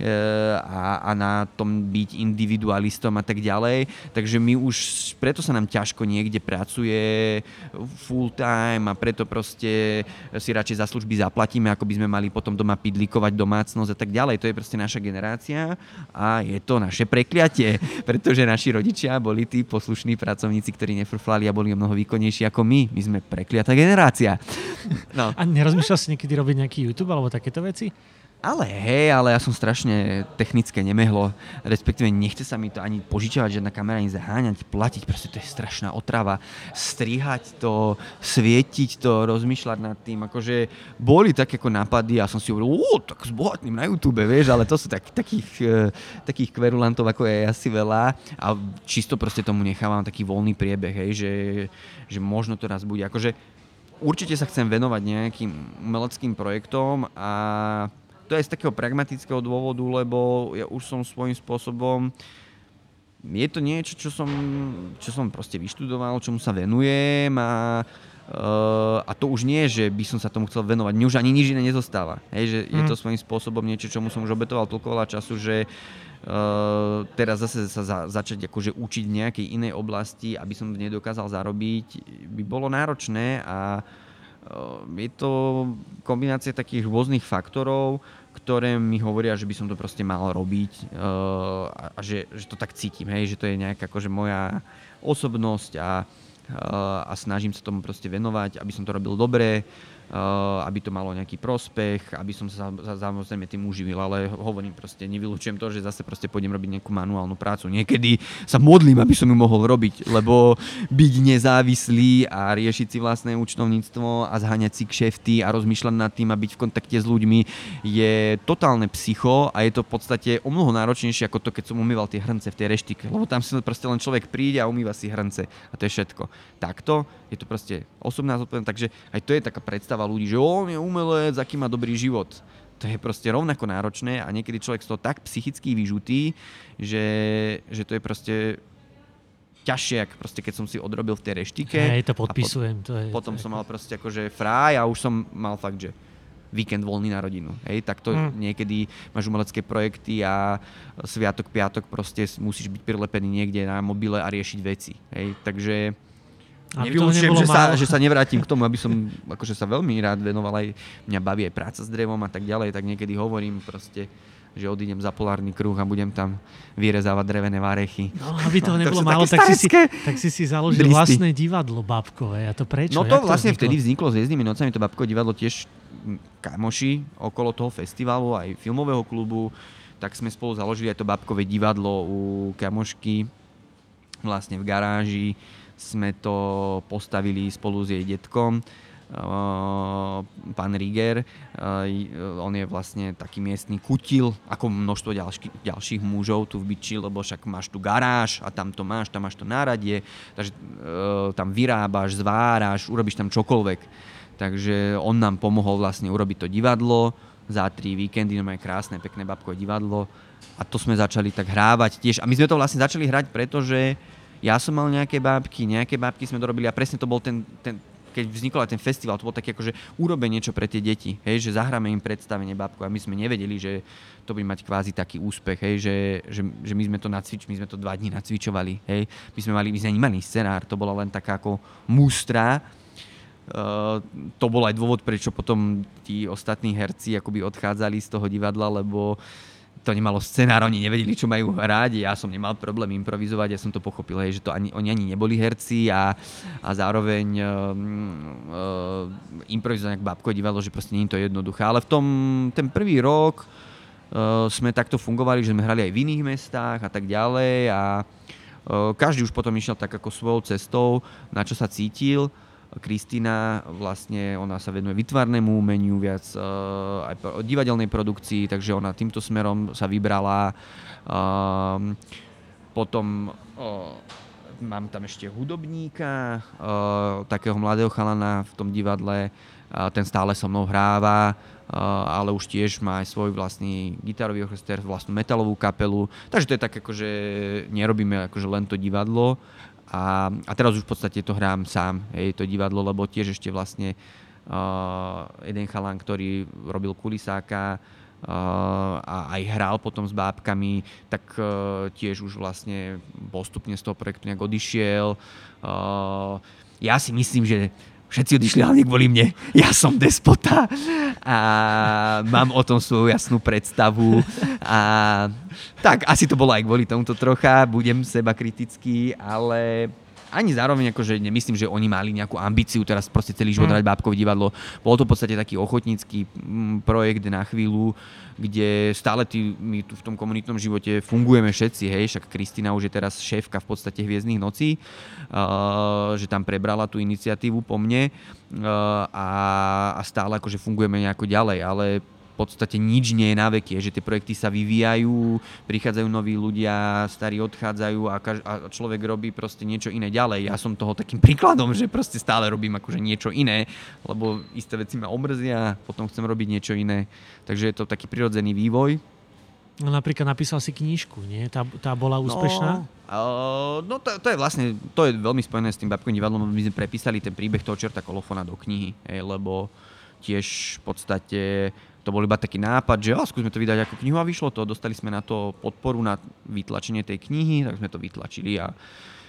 a na tom byť individualistom a tak ďalej. Takže my už, preto sa nám ťažko niekde pracuje full time a preto proste si radšej za služby zaplatíme, ako by sme mali potom doma pidlikovať domácnosť a tak ďalej. To je proste naša generácia a je to naše prekliatie, pretože naši rodičia boli tí poslušní pracovníci, ktorí nefrflali a boli o mnoho výkonnejší ako my. My sme prekliatá generácia. No.
A nerozmýšľal si niekedy robiť nejaký YouTube alebo takéto veci?
Ale ja som strašne technické nemehlo, respektíve nechce sa mi to ani požičovať, žiadna kamera, ani zaháňať, platiť, proste to je strašná otrava. Strihať to, svietiť to, rozmýšľať nad tým, akože boli také ako nápady a som si hovoril, tak zbohatním na YouTube, vieš, ale to sú takých kverulantov, ako je asi veľa a čisto proste tomu nechávam taký voľný priebeh, hej, že možno to raz bude, akože určite sa chcem venovať nejakým umeleckým projektom a to je z takého pragmatického dôvodu, lebo ja už som svojím spôsobom, je to niečo, čo som proste vyštudoval, čomu sa venujem a to už nie, že by som sa tomu chcel venovať. Mne už ani nič iné nezostáva. Hej, že je to svojím spôsobom niečo, čomu som už obetoval toľko veľa času, že teraz zase sa začať akože učiť v nejakej inej oblasti, aby som v nej dokázal zarobiť, by bolo náročné a je to kombinácia takých rôznych faktorov, ktoré mi hovoria, že by som to proste mal robiť a že to tak cítim, hej, že to je nejaká akože moja osobnosť a snažím sa tomu proste venovať, aby som to robil dobre, aby to malo nejaký prospech, aby som sa samozrejme tým uživil, ale hovorím proste, nevylučujem to, že zase proste pôjdem robiť nejakú manuálnu prácu. Niekedy sa modlím, aby som ju mohol robiť, lebo byť nezávislý a riešiť si vlastné účtovníctvo a zháňať si kšefty a rozmýšľať nad tým a byť v kontakte s ľuďmi je totálne psycho a je to v podstate o mnoho náročnejšie ako to, keď som umýval tie hrnce v tej reštike, lebo tam si proste len človek príde a umýva si hrnce a to je všetko. Takto je to proste osobná zodpovednosť, takže aj to je taká predstava ľudí, že on je umelec, aký má dobrý život. To je proste rovnako náročné a niekedy človek z toho tak psychicky vyžutý, že to je proste ťažšie, ako proste keď som si odrobil v tej reštike.
Hej, to podpisujem.
Potom som mal proste akože fráj a už som mal fakt, že víkend voľný na rodinu. Hej, tak to niekedy máš umelecké projekty a sviatok, piatok proste musíš byť prilepený niekde na mobile a riešiť veci. Hej, takže nevylučujem, že sa nevrátim k tomu, aby som akože sa veľmi rád venoval, aj mňa baví aj práca s drevom a tak ďalej, tak niekedy hovorím proste, že odídem za polárny kruh a budem tam vyrezávať drevené varechy.
No, aby toho nebolo málo, tak si založil vlastné divadlo babkové. A to prečo?
No to vlastne vtedy vzniklo s Hviezdnymi nocami, to babkové divadlo tiež kamoši okolo toho festivalu, aj filmového klubu, tak sme spolu založili aj to babkové divadlo u kamošky vlastne v garáži. Sme to postavili spolu s jej detkom, pán Riger. On je vlastne taký miestny kutil, ako množstvo ďalších mužov tu v Byči, lebo však máš tu garáž a tam máš to náradie, takže tam vyrábaš, zváraš, urobíš tam čokoľvek. Takže on nám pomohol vlastne urobiť to divadlo za 3 víkendy, no je krásne, pekné babkové divadlo a to sme začali tak hrávať tiež. A my sme to vlastne začali hrať, pretože ja som mal nejaké bábky sme dorobili a presne to bol ten keď vznikol aj ten festival, to bol také akože urobe niečo pre tie deti, hej, že zahráme im predstavenie bábku a my sme nevedeli, že to bude mať kvázi taký úspech, hej, že my sme to my sme to 2 dní nacvičovali, hej, my sme nemali scenár, to bola len taká ako mústra. To bol aj dôvod, prečo potom tí ostatní herci akoby odchádzali z toho divadla, lebo to nemalo scenár, oni nevedeli, čo majú hrať, ja som nemal problém improvizovať, ja som to pochopil, hej, že to oni ani neboli herci a zároveň improvizovať nejak bábkové divadlo, že proste nie je to jednoduché. Ale ten prvý rok sme takto fungovali, že sme hrali aj v iných mestách a tak ďalej a každý už potom išiel tak ako svojou cestou, na čo sa cítil. Kristína vlastne, ona sa venuje výtvarnému umeniu, viac aj divadelnej produkcii, takže ona týmto smerom sa vybrala. Potom mám tam ešte hudobníka, takého mladého chalana v tom divadle, ten stále so mnou hráva, ale už tiež má aj svoj vlastný gitarový orchester, vlastnú metalovú kapelu, takže to je tak akože nerobíme akože len to divadlo. A teraz už v podstate to hrám sám, to divadlo, lebo tiež ešte vlastne jeden chalan, ktorý robil kulisáka a aj hral potom s bábkami, tak tiež už vlastne postupne z toho projektu nejak odišiel. Ja si myslím, že všetci odišli hlavne kvôli mne. Ja som despota a mám o tom svoju jasnú predstavu. A tak, asi to bolo aj kvôli tomuto trocha. Budem seba kritický, ale ani zároveň akože nemyslím, že oni mali nejakú ambíciu teraz proste celý život hrať bábkové divadlo. Bolo to v podstate taký ochotnícky projekt na chvíľu, kde stále my tu v tom komunitnom živote fungujeme všetci, hej, však Kristina už je teraz šéfka v podstate Hviezdnych nocí, že tam prebrala tú iniciatívu po mne a stále akože fungujeme nejako ďalej, ale v podstate nič nie je na veky, že tie projekty sa vyvíjajú, prichádzajú noví ľudia, starí odchádzajú a človek robí proste niečo iné ďalej. Ja som toho takým príkladom, že proste stále robím akože niečo iné, lebo isté veci ma omrzia, potom chcem robiť niečo iné. Takže je to taký prirodzený vývoj.
No napríklad napísal si knižku, nie? Tá bola úspešná?
No to je vlastne, to je veľmi spojené s tým bábkovým divadlom, my sme prepísali ten príbeh toho čerta Kolofona do knihy, lebo tiež v podstate to bol iba taký nápad, že skúsme to vydať ako knihu a vyšlo to. Dostali sme na to podporu na vytlačenie tej knihy, tak sme to vytlačili a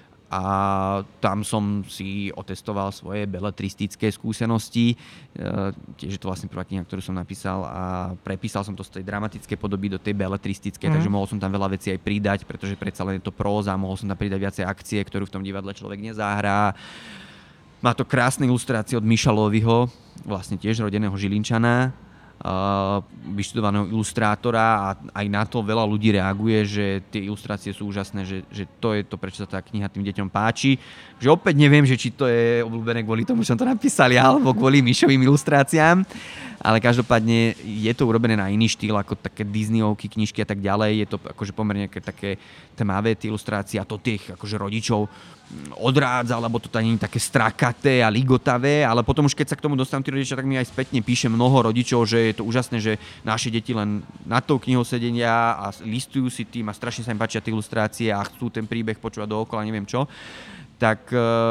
tam som si otestoval svoje beletristické skúsenosti. Tiež je to vlastne prvá kniha, ktorú som napísal a prepísal som to z tej dramatickej podoby do tej beletristickej, takže mohol som tam veľa vecí aj pridať, pretože predsa len je to próza, mohol som tam pridať viacej akcie, ktorú v tom divadle človek nezahrá. Má to krásne ilustrácie od Miša Lovyho, vlastne tiež rodeného Žilinčana, vyštudovaného ilustrátora a aj na to veľa ľudí reaguje, že tie ilustrácie sú úžasné, že to je to, prečo sa tá kniha tým deťom páči. Že opäť neviem, že či to je obľúbené kvôli tomu, že som to napísal ja, alebo kvôli Mišovým ilustráciám, ale každopádne je to urobené na iný štýl, ako také Disneyovky, knižky a tak ďalej. Je to akože pomerne také tmavé tie ilustrácie a to tých akože rodičov odrádza, lebo to tam nie je také strakaté a ligotavé, ale potom už keď sa k tomu dostanú tí rodičia, tak mi aj spätne píše mnoho rodičov, že je to úžasné, že naše deti len nad tou knihou sedenia a listujú si tým a strašne sa im páčia tie ilustrácie a chcú ten príbeh počúvať dookola, neviem čo. Tak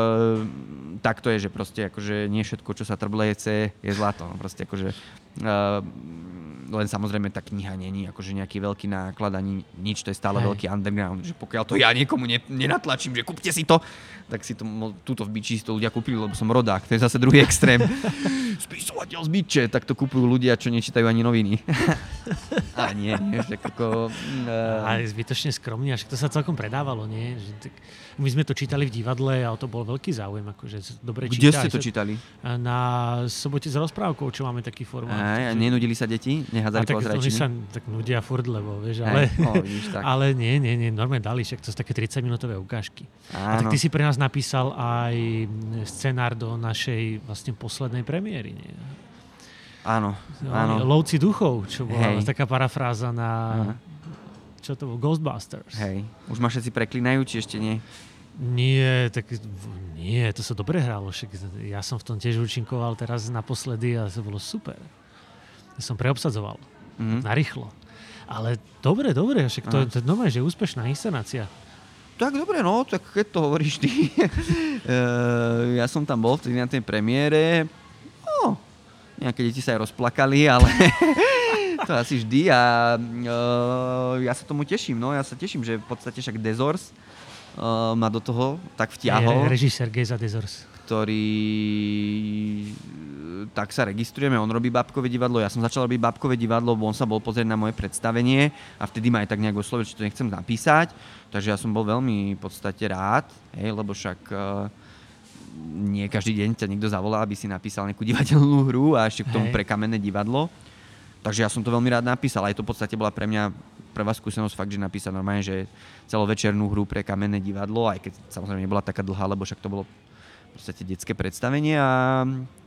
to je, že proste akože nie všetko, čo sa trblece, je zlato. No proste akože len samozrejme tá kniha není akože nejaký veľký náklad ani nič, to je stále veľký underground, že pokiaľ to ja niekomu nenatlačím, že kúpte si to, tak si to túto v Byči si to ľudia kúpili, lebo som rodák, to je zase druhý extrém. Spisovateľ z Byče, tak to kúpujú ľudia, čo nečítajú ani noviny. A nie, však ako...
Ale zbytočne skromný, až to sa celkom predávalo, nie? Že, tak, my sme to čítali v divadle a to bol veľký záujem, akože dobre čítať.
Kde ste to čítali?
Na Sobote s rozprávkou, čo máme taký formát.
A nenudili sa deti? Nehádzali koho z rajčiny?
Oni sa tak nudia furt, lebo vieš,
vidíš, tak.
Ale nie, normálne dali, však to sú také 30-minútové ukážky. A tak ty si pre nás napísal aj scenár do našej vlastne poslednej premiéry, nie?
Áno.
Lovci duchov, čo bola taká parafráza na... Čo to bol? Ghostbusters.
Hej. Už ma všetci preklinajú, či ešte nie?
Nie, to sa dobre hralo. Ja som v tom tiež účinkoval teraz naposledy a to bolo super. Ja som preobsadzoval. Narýchlo. Ale dobre, však to je normálne, že úspešná inscenácia.
Tak dobre, no, tak keď to hovoríš ty. Ja som tam bol vtedy na tej premiére. Nejaké deti sa aj rozplakali, ale to asi vždy a ja sa tomu teším. No, ja sa teším, že v podstate však Dezors ma do toho tak vtiahol.
Režisér Geza Dezors.
Ktorý tak sa registrujeme, on robí bábkové divadlo, ja som začal robiť bábkové divadlo, on sa bol pozrieť na moje predstavenie a vtedy ma aj tak nejak oslovil, či to nechcem napísať, takže ja som bol veľmi v podstate rád, lebo však nie každý deň ťa niekto zavolá, aby si napísal nejakú divadelnú hru a ešte k tomu pre kamenné divadlo, takže ja som to veľmi rád napísal, aj to v podstate bola pre mňa prvá skúsenosť fakt, že napísať normálne, že celovečernú hru pre kamenné divadlo, aj keď samozrejme nebola taká dlhá, lebo však to bolo v podstate detské predstavenie a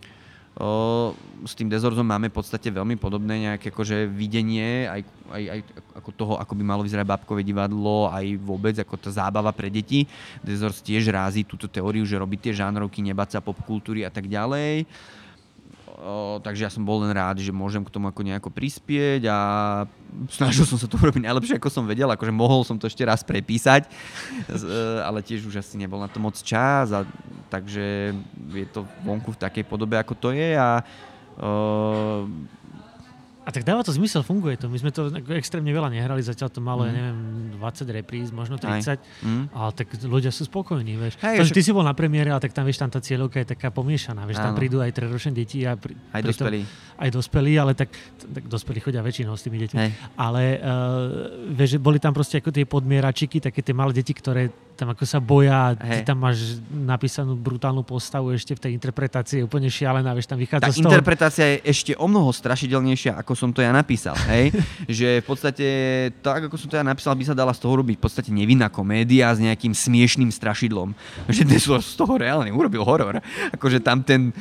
s tým Dezorzom máme v podstate veľmi podobné nejaké akože videnie aj ako toho, ako by malo vyzerať bábkové divadlo, aj vôbec ako tá zábava pre deti. Dezorz tiež rázi túto teóriu, že robí tie žánrovky, nebáť sa popkultúry a tak ďalej. Takže ja som bol len rád, že môžem k tomu ako nejako prispieť a snažil som sa to urobiť najlepšie, ako som vedel, akože mohol som to ešte raz prepísať, ale tiež už asi nebol na to moc čas, takže je to vonku v takej podobe, ako to je a
A tak dáva to zmysel, funguje to. My sme to extrémne veľa nehrali, zatiaľ to malo, ja neviem, 20 repríz, možno 30, ale tak ľudia sú spokojní, vieš. To, že ty si bol na premiére, ale tak tam, vieš, tam tá cieľovka je taká pomiešaná, vieš, tam prídu aj 3-ročné deti a aj dospelí, ale tak dospelí chodia väčšinou s tými deťmi. Ale vieš, boli tam proste ako tie podmieračiky, také tie malé deti, ktoré tam ako sa boja, ty tam máš napísanú brutálnu postavu ešte v tej interpretácii, je úplne šialená, vieš, tam vychádza z toho. Tá
interpretácia je ešte o mnoho strašidelnejšia, ako som to ja napísal, hej? Že v podstate, tak ako som to ja napísal, by sa dala z toho robiť v podstate nevinná komédia s nejakým smiešným strašidlom. Že Desor z toho reálne urobil horor. Akože tam ten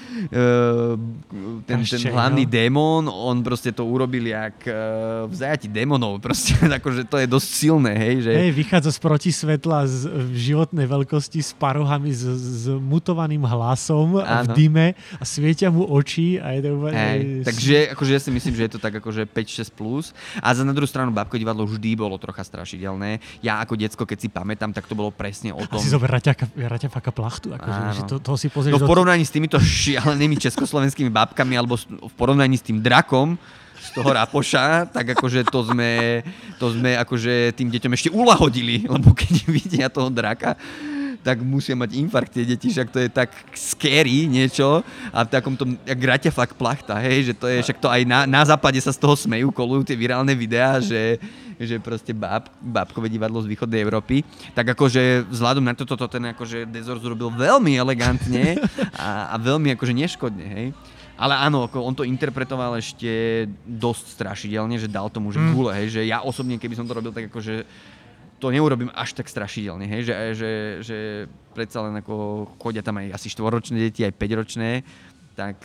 hlavný démon, on proste to urobil jak v zajati démonov, proste, akože to je dosť silné, hej? Že...
Hej, vychádza z protisvetla v životnej veľkosti s parohami, s mutovaným hlasom a v dime a svietia mu oči a je to
takže akože ja si myslím, že je to tak akože 5-6 plus. A za na druhú stranu Bábkovo divadlo vždy bolo trocha strašidelné. Ja ako decko, keď si pamätám, tak to bolo presne o tom.
A si zober Raťa Faka Plachtu, akože, že toho si pozrieš.
No v porovnaní s týmito šialenými československými bábkami alebo v porovnaní s tým drakom z toho Rapoša, tak akože to sme akože tým deťom ešte ulahodili, lebo keď vidia toho draka, tak musia mať infarkt tie deti, však to je tak scary niečo a v takomto, jak Raťa Fak Plachta, hej, že to je, však to aj na západe sa z toho smejú, kolujú tie virálne videá, že proste Bábkové divadlo z východnej Európy, tak akože vzhľadom na toto ten akože Desor zrobil veľmi elegantne a veľmi akože neškodne, hej. Ale áno, on to interpretoval ešte dosť strašidelne, že dal tomu, že gule, hej, že ja osobne, keby som to robil, tak akože to neurobím až tak strašidelne, hej, že predsa len ako chodia tam aj asi 4-ročné deti, aj 5-ročné, tak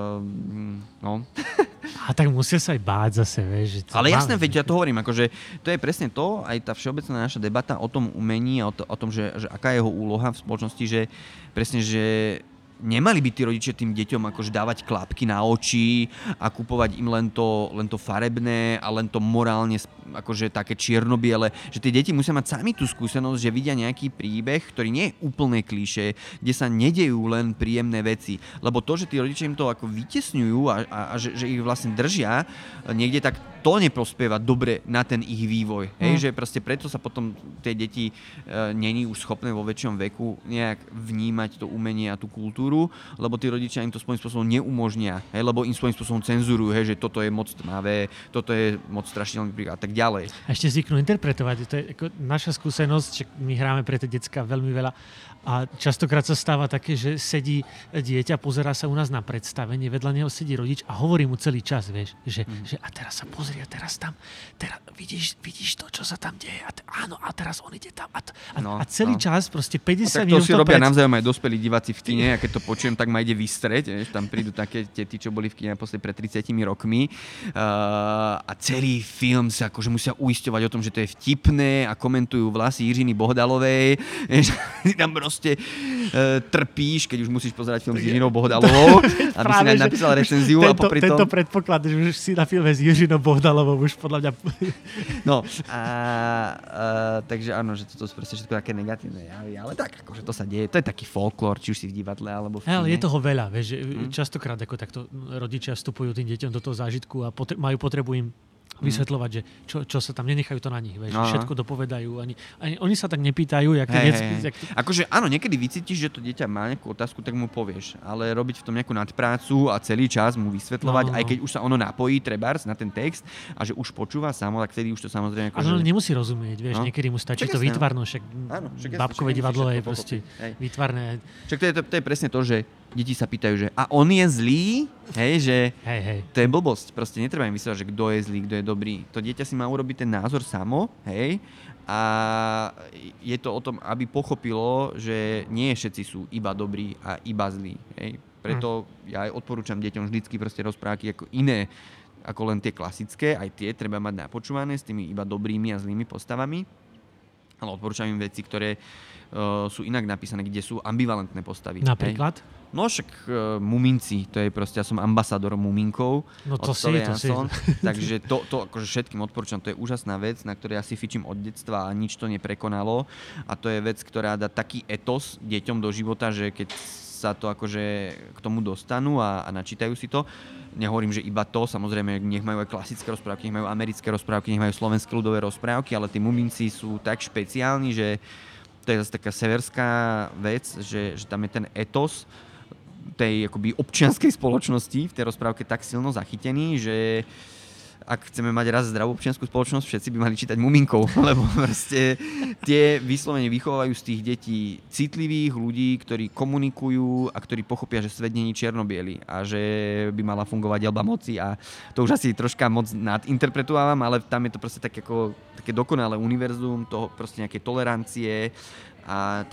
no.
A tak musia sa aj báť zase, vieš.
Ale jasné, veď ja to hovorím, akože to je presne to, aj tá všeobecná naša debata o tom umení a o tom, že aká je jeho úloha v spoločnosti, že presne, že nemali by tí rodičia tým deťom akože dávať klapky na oči a kupovať im len to farebné a len to morálne akože také čierno-biele, že tie deti musia mať sami tú skúsenosť, že vidia nejaký príbeh, ktorý nie je úplne klišé, kde sa nedejú len príjemné veci. Lebo to, že tí rodičia im to ako vytesňujú a že ich vlastne držia niekde, tak to neprospieva dobre na ten ich vývoj. Hej? Že proste preto sa potom tie deti není už schopné vo väčšom veku nejak vnímať to umenie a tú kultúru, lebo tí rodičia im to svojím spôsobom neumožnia, hej? Lebo im svojím spôsobom cenzurujú, hej? Že toto je moc tmavé, toto je moc strašidelný príklad a tak ďalej.
A ešte zvyknú interpretovať. To je ako naša skúsenosť, že my hráme pre tie decká veľmi veľa a častokrát sa stáva také, že sedí dieťa, pozerá sa u nás na predstavenie, vedľa neho sedí rodič a hovorí mu celý čas, vieš, že a teraz sa pozrie, a teraz tam, teraz vidíš to, čo sa tam deje, áno, a teraz on ide tam a celý čas, proste 50 minút.
To si robia navzájom aj dospelí diváci v kine, a keď to počujem, tak ma ide vystreť, vieš, tam prídu také tety, čo boli v kine naposledy pred 30 rokmi a celý film sa akože musia uisťovať o tom, že to je vtipné a komentujú vlasy Jiřiny Bohdalovej, vieš, tam proste trpíš, keď už musíš pozerať film s Jiřinou Bohdalovou, aby si napísal recenziu a popri tom...
Tento predpoklad, že už si na filme s Jiřinou Bohdalovou už podľa mňa...
No, takže áno, že toto sú proste všetko také negatívne javy, ale tak, akože to sa deje, to je taký folklór, či už si v divadle, alebo v kine.
Ale je toho veľa, vieš, že častokrát ako takto rodičia vstupujú tým deťom do toho zážitku a majú potrebu im vysvetľovať, že čo sa tam, nenechajú to na nich, vieš, všetko dopovedajú, ani oni sa tak nepýtajú, jak tie detsky.
Akože áno, niekedy vycítiš, že to dieťa má nejakú otázku, tak mu povieš, ale robiť v tom nejakú nadprácu a celý čas mu vysvetľovať, aj keď už sa ono napojí trebárs na ten text a že už počúva samo, tak vtedy už to samozrejme
akože... Ale nemusí rozumieť, vieš, niekedy mu stačí to výtvarno, však Bábkové divadlo je proste výtvarné.
Však to je presne to, že deti sa pýtajú, že a on je zlý? Hej, že to je blbosť. Proste netreba im vysvetľovať, že kto je zlý, kto je dobrý. To dieťa si má urobiť ten názor samo, hej, a je to o tom, aby pochopilo, že nie všetci sú iba dobrí a iba zlí, hej. Preto ja aj odporúčam deťom vždycky proste rozprávky ako iné, ako len tie klasické, aj tie treba mať napočúvané s tými iba dobrými a zlými postavami. Ale odporúčam im veci, ktoré sú inak napísané, kde sú ambivalentné postavy.
Napríklad?
Hej. No však Muminci, to je proste, ja som ambasador Muminkov.
No to si.
Takže to akože všetkým odporúčam, to je úžasná vec, na ktorej ja si fičím od detstva a nič to neprekonalo. A to je vec, ktorá dá taký etos deťom do života, že keď sa to akože k tomu dostanú a načítajú si to. Nehovorím, že iba to, samozrejme, nech majú aj klasické rozprávky, nech majú americké rozprávky, nech majú slovenské ľudové rozprávky, ale tí Muminci sú tak špeciálni, že to je zase taká severská vec, že tam je ten etos tej akoby občianskej spoločnosti v tej rozprávke tak silno zachytený, že ak chceme mať raz zdravú občiansku spoločnosť, všetci by mali čítať Muminkov, lebo proste tie vyslovene vychovajú z tých detí citlivých ľudí, ktorí komunikujú a ktorí pochopia, že svet nie je čierno-biely a že by mala fungovať delba moci a to už asi troška moc nadinterpretujem, ale tam je to proste také dokonalé univerzum toho proste nejakej tolerancie a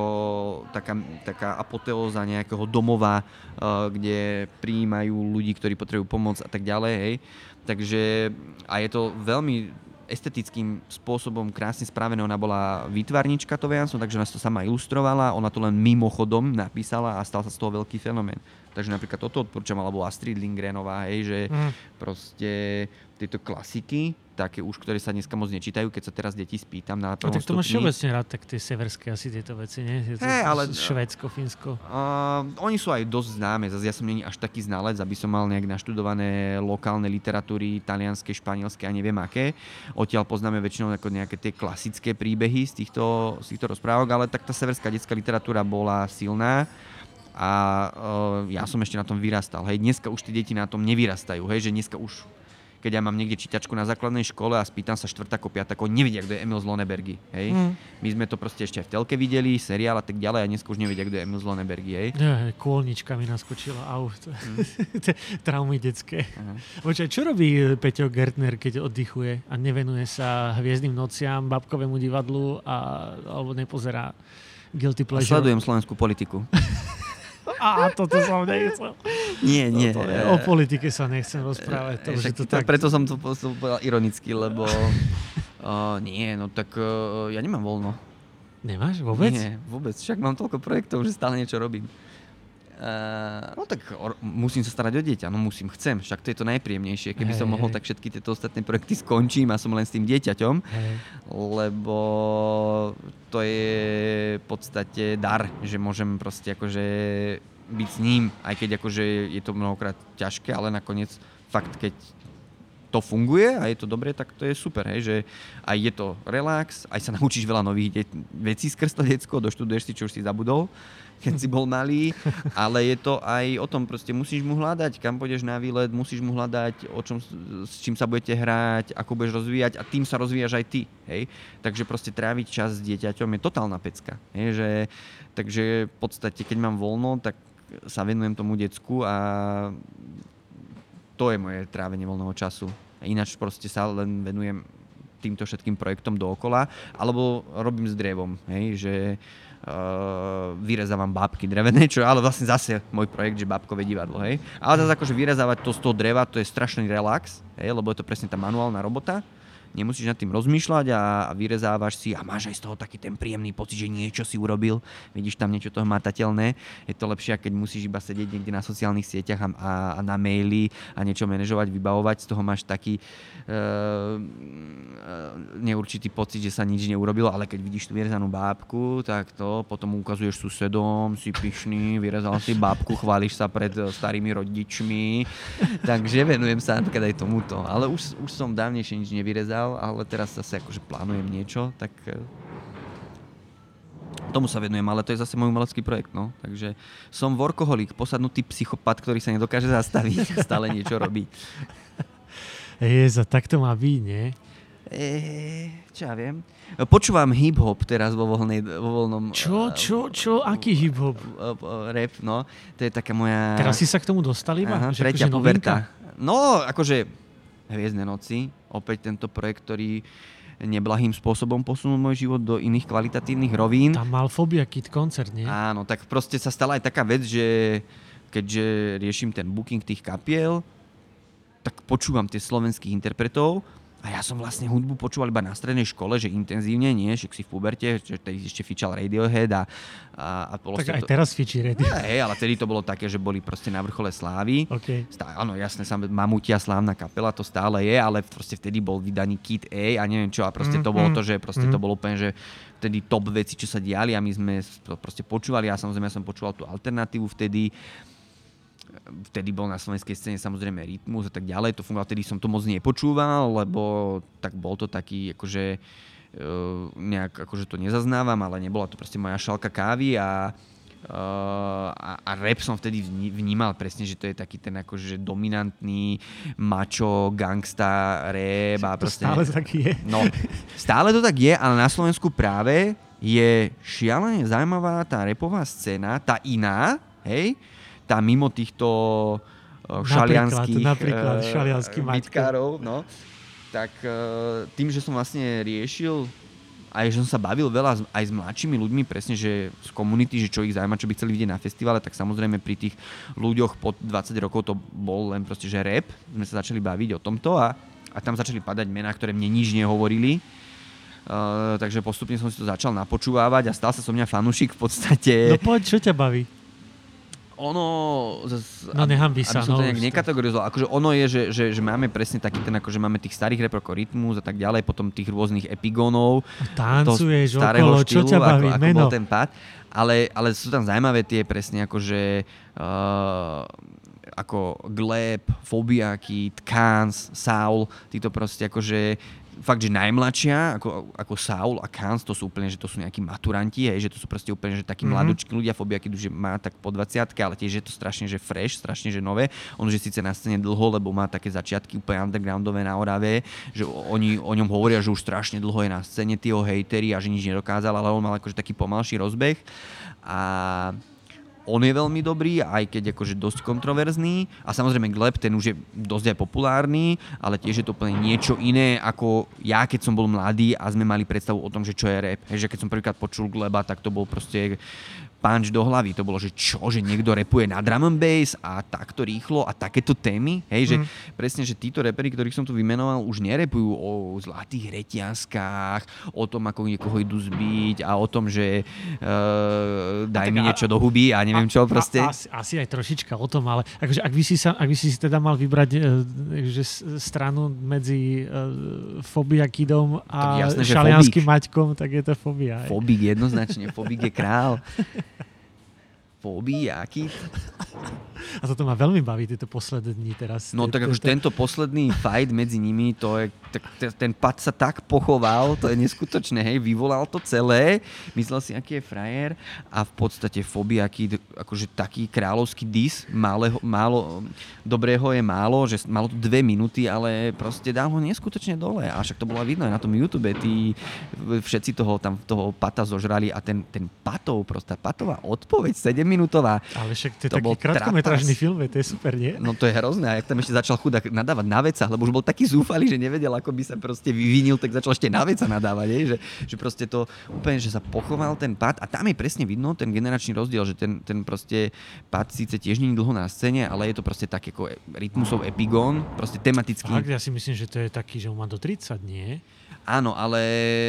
taká apoteóza nejakého domova, kde prijímajú ľudí, ktorí potrebujú pomoc a tak ďalej, hej. Takže, a je to veľmi estetickým spôsobom krásne spravené. Ona bola výtvarnička Tove Jansson, takže ona to sama ilustrovala, ona to len mimochodom napísala a stal sa z toho veľký fenomén. Takže napríklad toto odporúčam, alebo Astrid Lindgrenová, hej, že proste tieto klasiky, také už, ktoré sa dneska moc nečítajú, keď sa teraz deti spýtam na prvom
tak to máš všeobecne rád, tak tie severské asi tieto veci, nie? Ale Švédsko, Fínsko.
Oni sú aj dosť známe, zase ja som není až taký znalec, aby som mal nejak naštudované lokálne literatúry, talianske, španielske a neviem aké. Odtiaľ poznáme väčšinou ako nejaké tie klasické príbehy z týchto rozprávok, ale tak tá severská detská literatúra bola silná. A ja som ešte na tom vyrastal. Hej, dneska už tie deti na tom nevyrastajú. Hej, že dneska už, keď ja mám niekde čítačku na základnej škole a spýtam sa štvrtákov, piatakov, nevedia, kto je Emil z Lönnebergy. Hej. My sme to proste ešte aj v telke videli, seriál a tak ďalej a dneska už nevedia, kto je Emil z Lönnebergy. Hej.
Kôlnička mi naskočila. Traumy detské. Počkaj, čo robí Peťo Gertner, keď oddychuje a nevenuje sa Hviezdnym nociam, Babkovému divadlu alebo nepozerá Guilty Pleasure?
Sledujem slovenskú politiku.
Toto som nechcel.
Nie.
O politike sa nechcem rozprávať.
Preto som to povedal ironicky, lebo ja nemám voľno.
Nemáš vôbec?
Nie, vôbec. Však mám toľko projektov, že stále niečo robím. Musím sa starať o dieťa. Chcem. Však to je to najpríjemnejšie. Keby som mohol, tak všetky tieto ostatné projekty skončím a som len s tým dieťaťom. Lebo to je v podstate dar, že môžem proste akože byť s ním, aj keď akože je to mnohokrát ťažké, ale nakoniec fakt, keď to funguje a je to dobré, tak to je super, hej, že aj je to relax, aj sa naučíš veľa nových vecí skrz to decko, doštuduješ si, čo už si zabudol, keď si bol malý, ale je to aj o tom, proste musíš mu hľadať, kam pôjdeš na výlet, musíš mu hľadať, s čím sa budete hrať, ako budeš rozvíjať a tým sa rozvíjaš aj ty, hej. Takže proste tráviť čas s dieťaťom je totálna pecka, hej, takže v podstate, keď mám voľno, tak sa venujem tomu decku a to je moje trávenie voľného času. Ináč proste sa len venujem týmto všetkým projektom dookola, alebo robím s drevom, hej, že vyrezávam bábky drevené, čo je ale vlastne zase môj projekt, že bábkové divadlo, hej. Ale zase akože vyrezávať to z toho dreva, to je strašný relax, hej, lebo je to presne tá manuálna robota. Nemusíš nad tým rozmýšľať a vyrezávaš si a máš aj z toho taký ten príjemný pocit, že niečo si urobil, vidíš tam niečo toho hmatateľné. Je to lepšie, keď musíš iba sedieť niekde na sociálnych sieťach a na maili a niečo manažovať, vybavovať. Z toho máš taký neurčitý pocit, že sa nič neurobilo, ale keď vidíš tú vyrezanú bábku, tak to potom ukazuješ susedom, si pyšný, vyrezal si bábku, chváliš sa pred starými rodičmi. Takže venujem sa napríklad aj tomuto. Ale už som dávnejšie nič nevyrezal, ale teraz zase akože plánujem niečo, tak tomu sa venujem, ale to je zase môj umelecký projekt, no. Takže som workoholik, posadnutý psychopat, ktorý sa nedokáže zastaviť a stále niečo robí.
Tak to má byť, nie?
Čo ja viem. Počúvam hip-hop teraz vo voľnom...
Čo? Aký hip-hop?
Rap, no. To je taká moja...
Teraz si sa k tomu dostali iba?
Aha, tretia puberta. No, akože Hviezdne noci, opäť tento projekt, ktorý neblahým spôsobom posunul môj život do iných kvalitatívnych rovín.
Tam mal Phobia Kid koncert, nie?
Áno, tak proste sa stala aj taká vec, že keďže riešim ten booking tých kapiel, tak počúvam tie slovenských interpretov a A ja som vlastne hudbu počúval iba na strednej škole, že intenzívne, nie, že si v puberte, že tedy ešte fičal Radiohead a
tak aj teraz fičí Radiohead.
Hej, ale tedy to bolo také, že boli proste na vrchole slávy.
Okay.
Áno, jasné, Mamutia slávna kapela, to stále je, ale proste vtedy bol vydaný Kid A a neviem čo, a proste to bolo to, že proste to bolo úplne, že vtedy top veci, čo sa diali a my sme to proste počúvali. Ja samozrejme som počúval tú alternatívu vtedy bol na slovenskej scéne samozrejme Rytmus a tak ďalej, to fungovalo, vtedy som to moc nepočúval, lebo tak bol to taký, akože nejak, akože to nezaznávam, ale nebola to proste moja šálka kávy a rap som vtedy vnímal presne, že to je taký ten akože dominantný macho, gangsta, rap a proste...
To stále tak je.
No, stále to tak je, ale na Slovensku práve je šialene zaujímavá tá rapová scéna, tá iná, hej, tá mimo týchto šalianských bitkárov, no, tak tým, že som vlastne riešil aj že som sa bavil veľa aj s mladšími ľuďmi, presne, že z komunity, že čo ich zaujíma, čo by chceli vidieť na festivale, tak samozrejme pri tých ľuďoch pod 20 rokov to bol len proste, že rap. Sme sa začali baviť o tomto a tam začali padať mená, ktoré mne nič nehovorili. Takže postupne som si to začal napočúvávať a stal sa som mňa fanúšik v podstate.
No poď, čo ťa baví? Nehanbí sa.
Aby som to nejak nekategorizoval. Akože ono je, že máme presne taký ten, akože máme tých starých rapov ako Rytmus a tak ďalej, potom tých rôznych epigónov.
Tancuješ okolo, čo ťa baví,
ako bol ten pád. Ale sú tam zaujímavé tie presne akože ako Gleb, Fobiaky, Tkans, Saul, títo proste akože fakt, že najmladšia, ako Saul a Kans, to sú úplne, že to sú nejakí maturanti, hej, že to sú proste úplne, že takí mladúčky ľudia, Fobiaky, že má tak po 20-ke, ale tiež je to strašne, že fresh, strašne, že nové. On že síce na scéne dlho, lebo má také začiatky úplne undergroundové na Orave, že oni o ňom hovoria, že už strašne dlho je na scéne, tí ho hejteri a že nič nedokázal, ale on mal akože taký pomalší rozbeh a on je veľmi dobrý, aj keď akože dosť kontroverzný. A samozrejme Gleb, ten už je dosť aj populárny, ale tiež je to úplne niečo iné, ako ja, keď som bol mladý a sme mali predstavu o tom, že čo je rap. Hej, že keď som prvýkrát počul Gleba, tak to bol proste punch do hlavy. To bolo, že čo, že niekto rapuje na drum and bass a takto rýchlo a takéto témy. Hej, že presne, že títo raperi, ktorých som tu vymenoval, už nerepujú o zlatých reťazkách, o tom, ako niekoho idú zbiť a o tom, že daj mi niečo do huby a neviem čo proste.
Asi aj trošička o tom, ale akože, ak by si teda mal vybrať stranu medzi Fobiakidom a šalianským Maťkom, tak je to Fobia.
Fobik jednoznačne, Fobik je král. Fobiakid.
A toto ma veľmi baví, tieto posledné dni teraz.
No tak akože tento posledný fight medzi nimi, to je, ten pad sa tak pochoval, to je neskutočné, hej, vyvolal to celé, myslel si, aký je frajer a v podstate Fobiakid, akože taký kráľovský dis, málo dobrého je málo, že malo to 2 minúty, ale proste dal ho neskutočne dole a však to bolo vidno aj na tom YouTube, všetci toho pata zožrali a ten patov, proste patová odpoveď 7-minútová.
Ale však to je taký krátkometrážny film, to je super, nie?
No to je hrozné. A jak tam ešte začal chudák nadávať na veca, lebo už bol taký zúfalý, že nevedel, ako by sa proste vyvinil, tak začal ešte na veca nadávať, že proste to úplne, že sa pochoval ten pad a tam je presne vidno ten generačný rozdiel, že ten proste pad síce tiež nie je dlho na scéne, ale je to proste tak ako Rytmusov epigón, proste tematický.
Tak, ja si myslím, že to je taký, že on má do 30, nie?
Áno, ale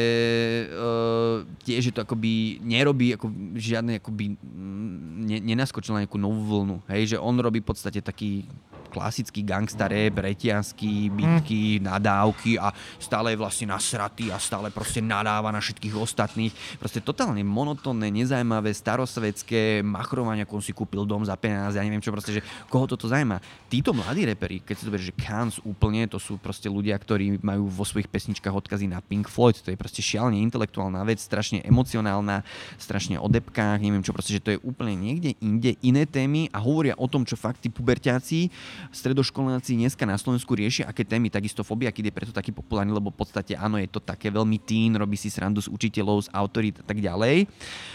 tiež je to akoby nerobí ako žiadne akoby nenaskočil na nejakú novú vlnu. Hej, že on robí v podstate taký klasický gangsta rap, reťazky, bitky, nadávky a stále je vlastne nasratý a stále proste nadáva na všetkých ostatných. Proste totálne monotónne, nezajímavé, starosvedské machrovanie, ako on si kúpil dom za peniaze, ja neviem čo, proste, že koho toto zaujíma. Títo mladí reperi, keď si to berieš, že Kans úplne, to sú proste ľudia, ktorí majú vo svojich pesničkách odkazy na Pink Floyd, to je proste šialene intelektuálna vec, strašne emocionálna, strašne o depkách, neviem čo, proste, že to je úplne niekde inde, iné témy a hovoria o tom, čo fakt tí puberťáci, stredoškoláci dneska na Slovensku riešia, aké témy, takisto Fobiakid je preto taký populárny, lebo v podstate áno, je to také veľmi teen, robí si srandu z učiteľov, z autorít a tak ďalej.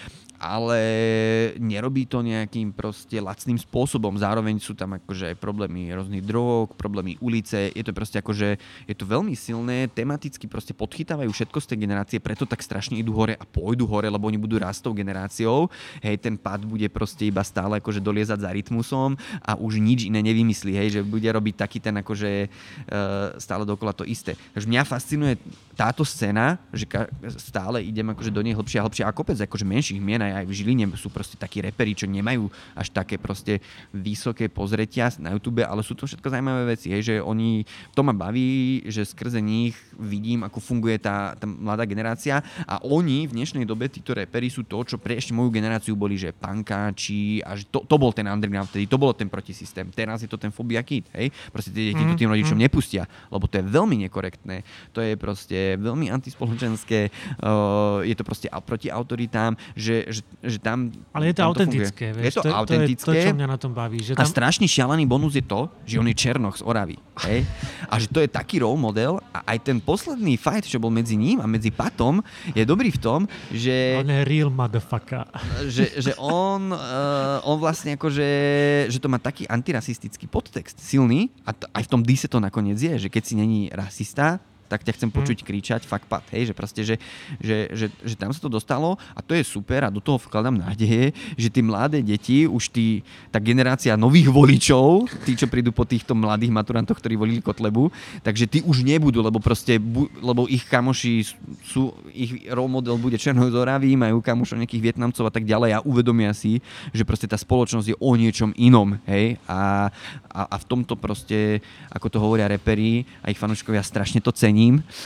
ale nerobí to nejakým proste lacným spôsobom. Zároveň sú tam akože aj problémy rôznych drog, problémy ulice. Je to proste akože, je to veľmi silné, tematicky proste podchytávajú všetko z tej generácie, preto tak strašne idú hore a pôjdu hore, lebo oni budú rastou generáciou. Hej, ten pad bude proste iba stále akože doliezať za rytmusom a už nič iné nevymyslí, hej, že bude robiť taký ten akože stále dokola to isté. Takže mňa fascinuje táto scéna, že stále idem akože do nej hlbšie a hlbšie a kopec akože menších mien aj v Žiline sú proste takí reperi, čo nemajú až také proste vysoké pozretia na YouTube, ale sú to všetko zaujímavé veci, hej, že oni, to ma baví, že skrze nich vidím, ako funguje tá mladá generácia a oni v dnešnej dobe, títo reperi sú to, čo pre ešte moju generáciu boli, že punkáči a že to bol ten underground vtedy, to bolo ten protisystém. Teraz je to ten Phobia Kid, hej, proste tie deti to tým rodičom nepustia, lebo to je veľmi nekorektné, to je proste veľmi antispoločenské, je to proste proti autoritám, že tam...
Ale je to autentické, vieš.
Je to autentické.
To je to, čo mňa na tom baví. Že
tam... A strašný šialený bonus je to, že on je Černoch z Oravy. Hej? A že to je taký role model a aj ten posledný fight, čo bol medzi ním a medzi Patom, je dobrý v tom, že...
On je real motherfucker.
Že on vlastne akože, že to má taký antirasistický podtext silný a aj v tom dise to nakoniec je, že keď si není rasista, tak ťa chcem počuť kričať fuck Pat, hej, že proste, že tam sa to dostalo a to je super a do toho vkladám nádeje, že tí mladé deti, už tá generácia nových voličov, tí, čo prídu po týchto mladých maturantoch, ktorí volili Kotlebu, takže tí už nebudú, lebo proste, lebo ich kamoši sú, ich role model bude Černoch z Oravy, majú kamošov nejakých Vietnamcov a tak ďalej a uvedomia si, že proste tá spoločnosť je o niečom inom, hej, a v tomto proste, ako to hovoria reperi a ich fanúškovia, strašne to cení.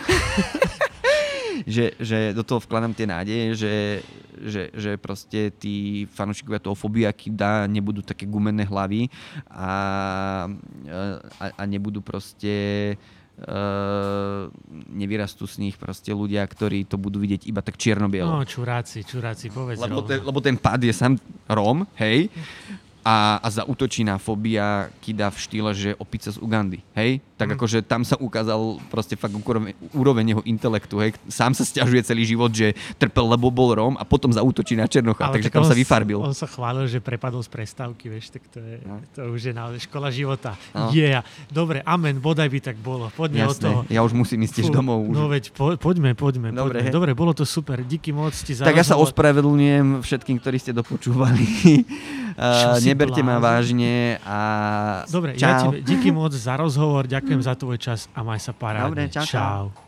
že do toho vkladám tie nádeje, že proste tí fanúšikovia toho Phobia Kida nebudú také gumené hlavy a nebudú proste nevyrastú z nich proste ľudia, ktorí to budú vidieť iba tak čierno-bielo.
No, čuráci, povedz
lebo ten pád je sám Róm, hej, a zaútočí na Phobia Kida v štýle, že opica z Ugandy, hej? Tak akože tam sa ukázal proste fakt úroveň jeho intelektu, hej? Sám sa sťažuje celý život, že trpel, lebo bol Róm a potom zaútočí na Černocha, takže tam sa vyfarbil.
On sa chválil, že prepadol z prestávky, vieš, tak to už je naozaj škola života.
No.
Yeah. Dobre, amen, bodaj by tak bolo. Poďme od toho.
Ja už musím ísť tiež domov.
No veď, poďme. Dobre, bolo to super. Díky moc ti za
Tak ja sa ospravedlňujem všetkým, ktorí ste dopočúvali. Neberte ma vážne a
dobre,
čau.
Ja ti díky moc za rozhovor, ďakujem za tvoj čas a maj sa parádne.
Dobre, čau.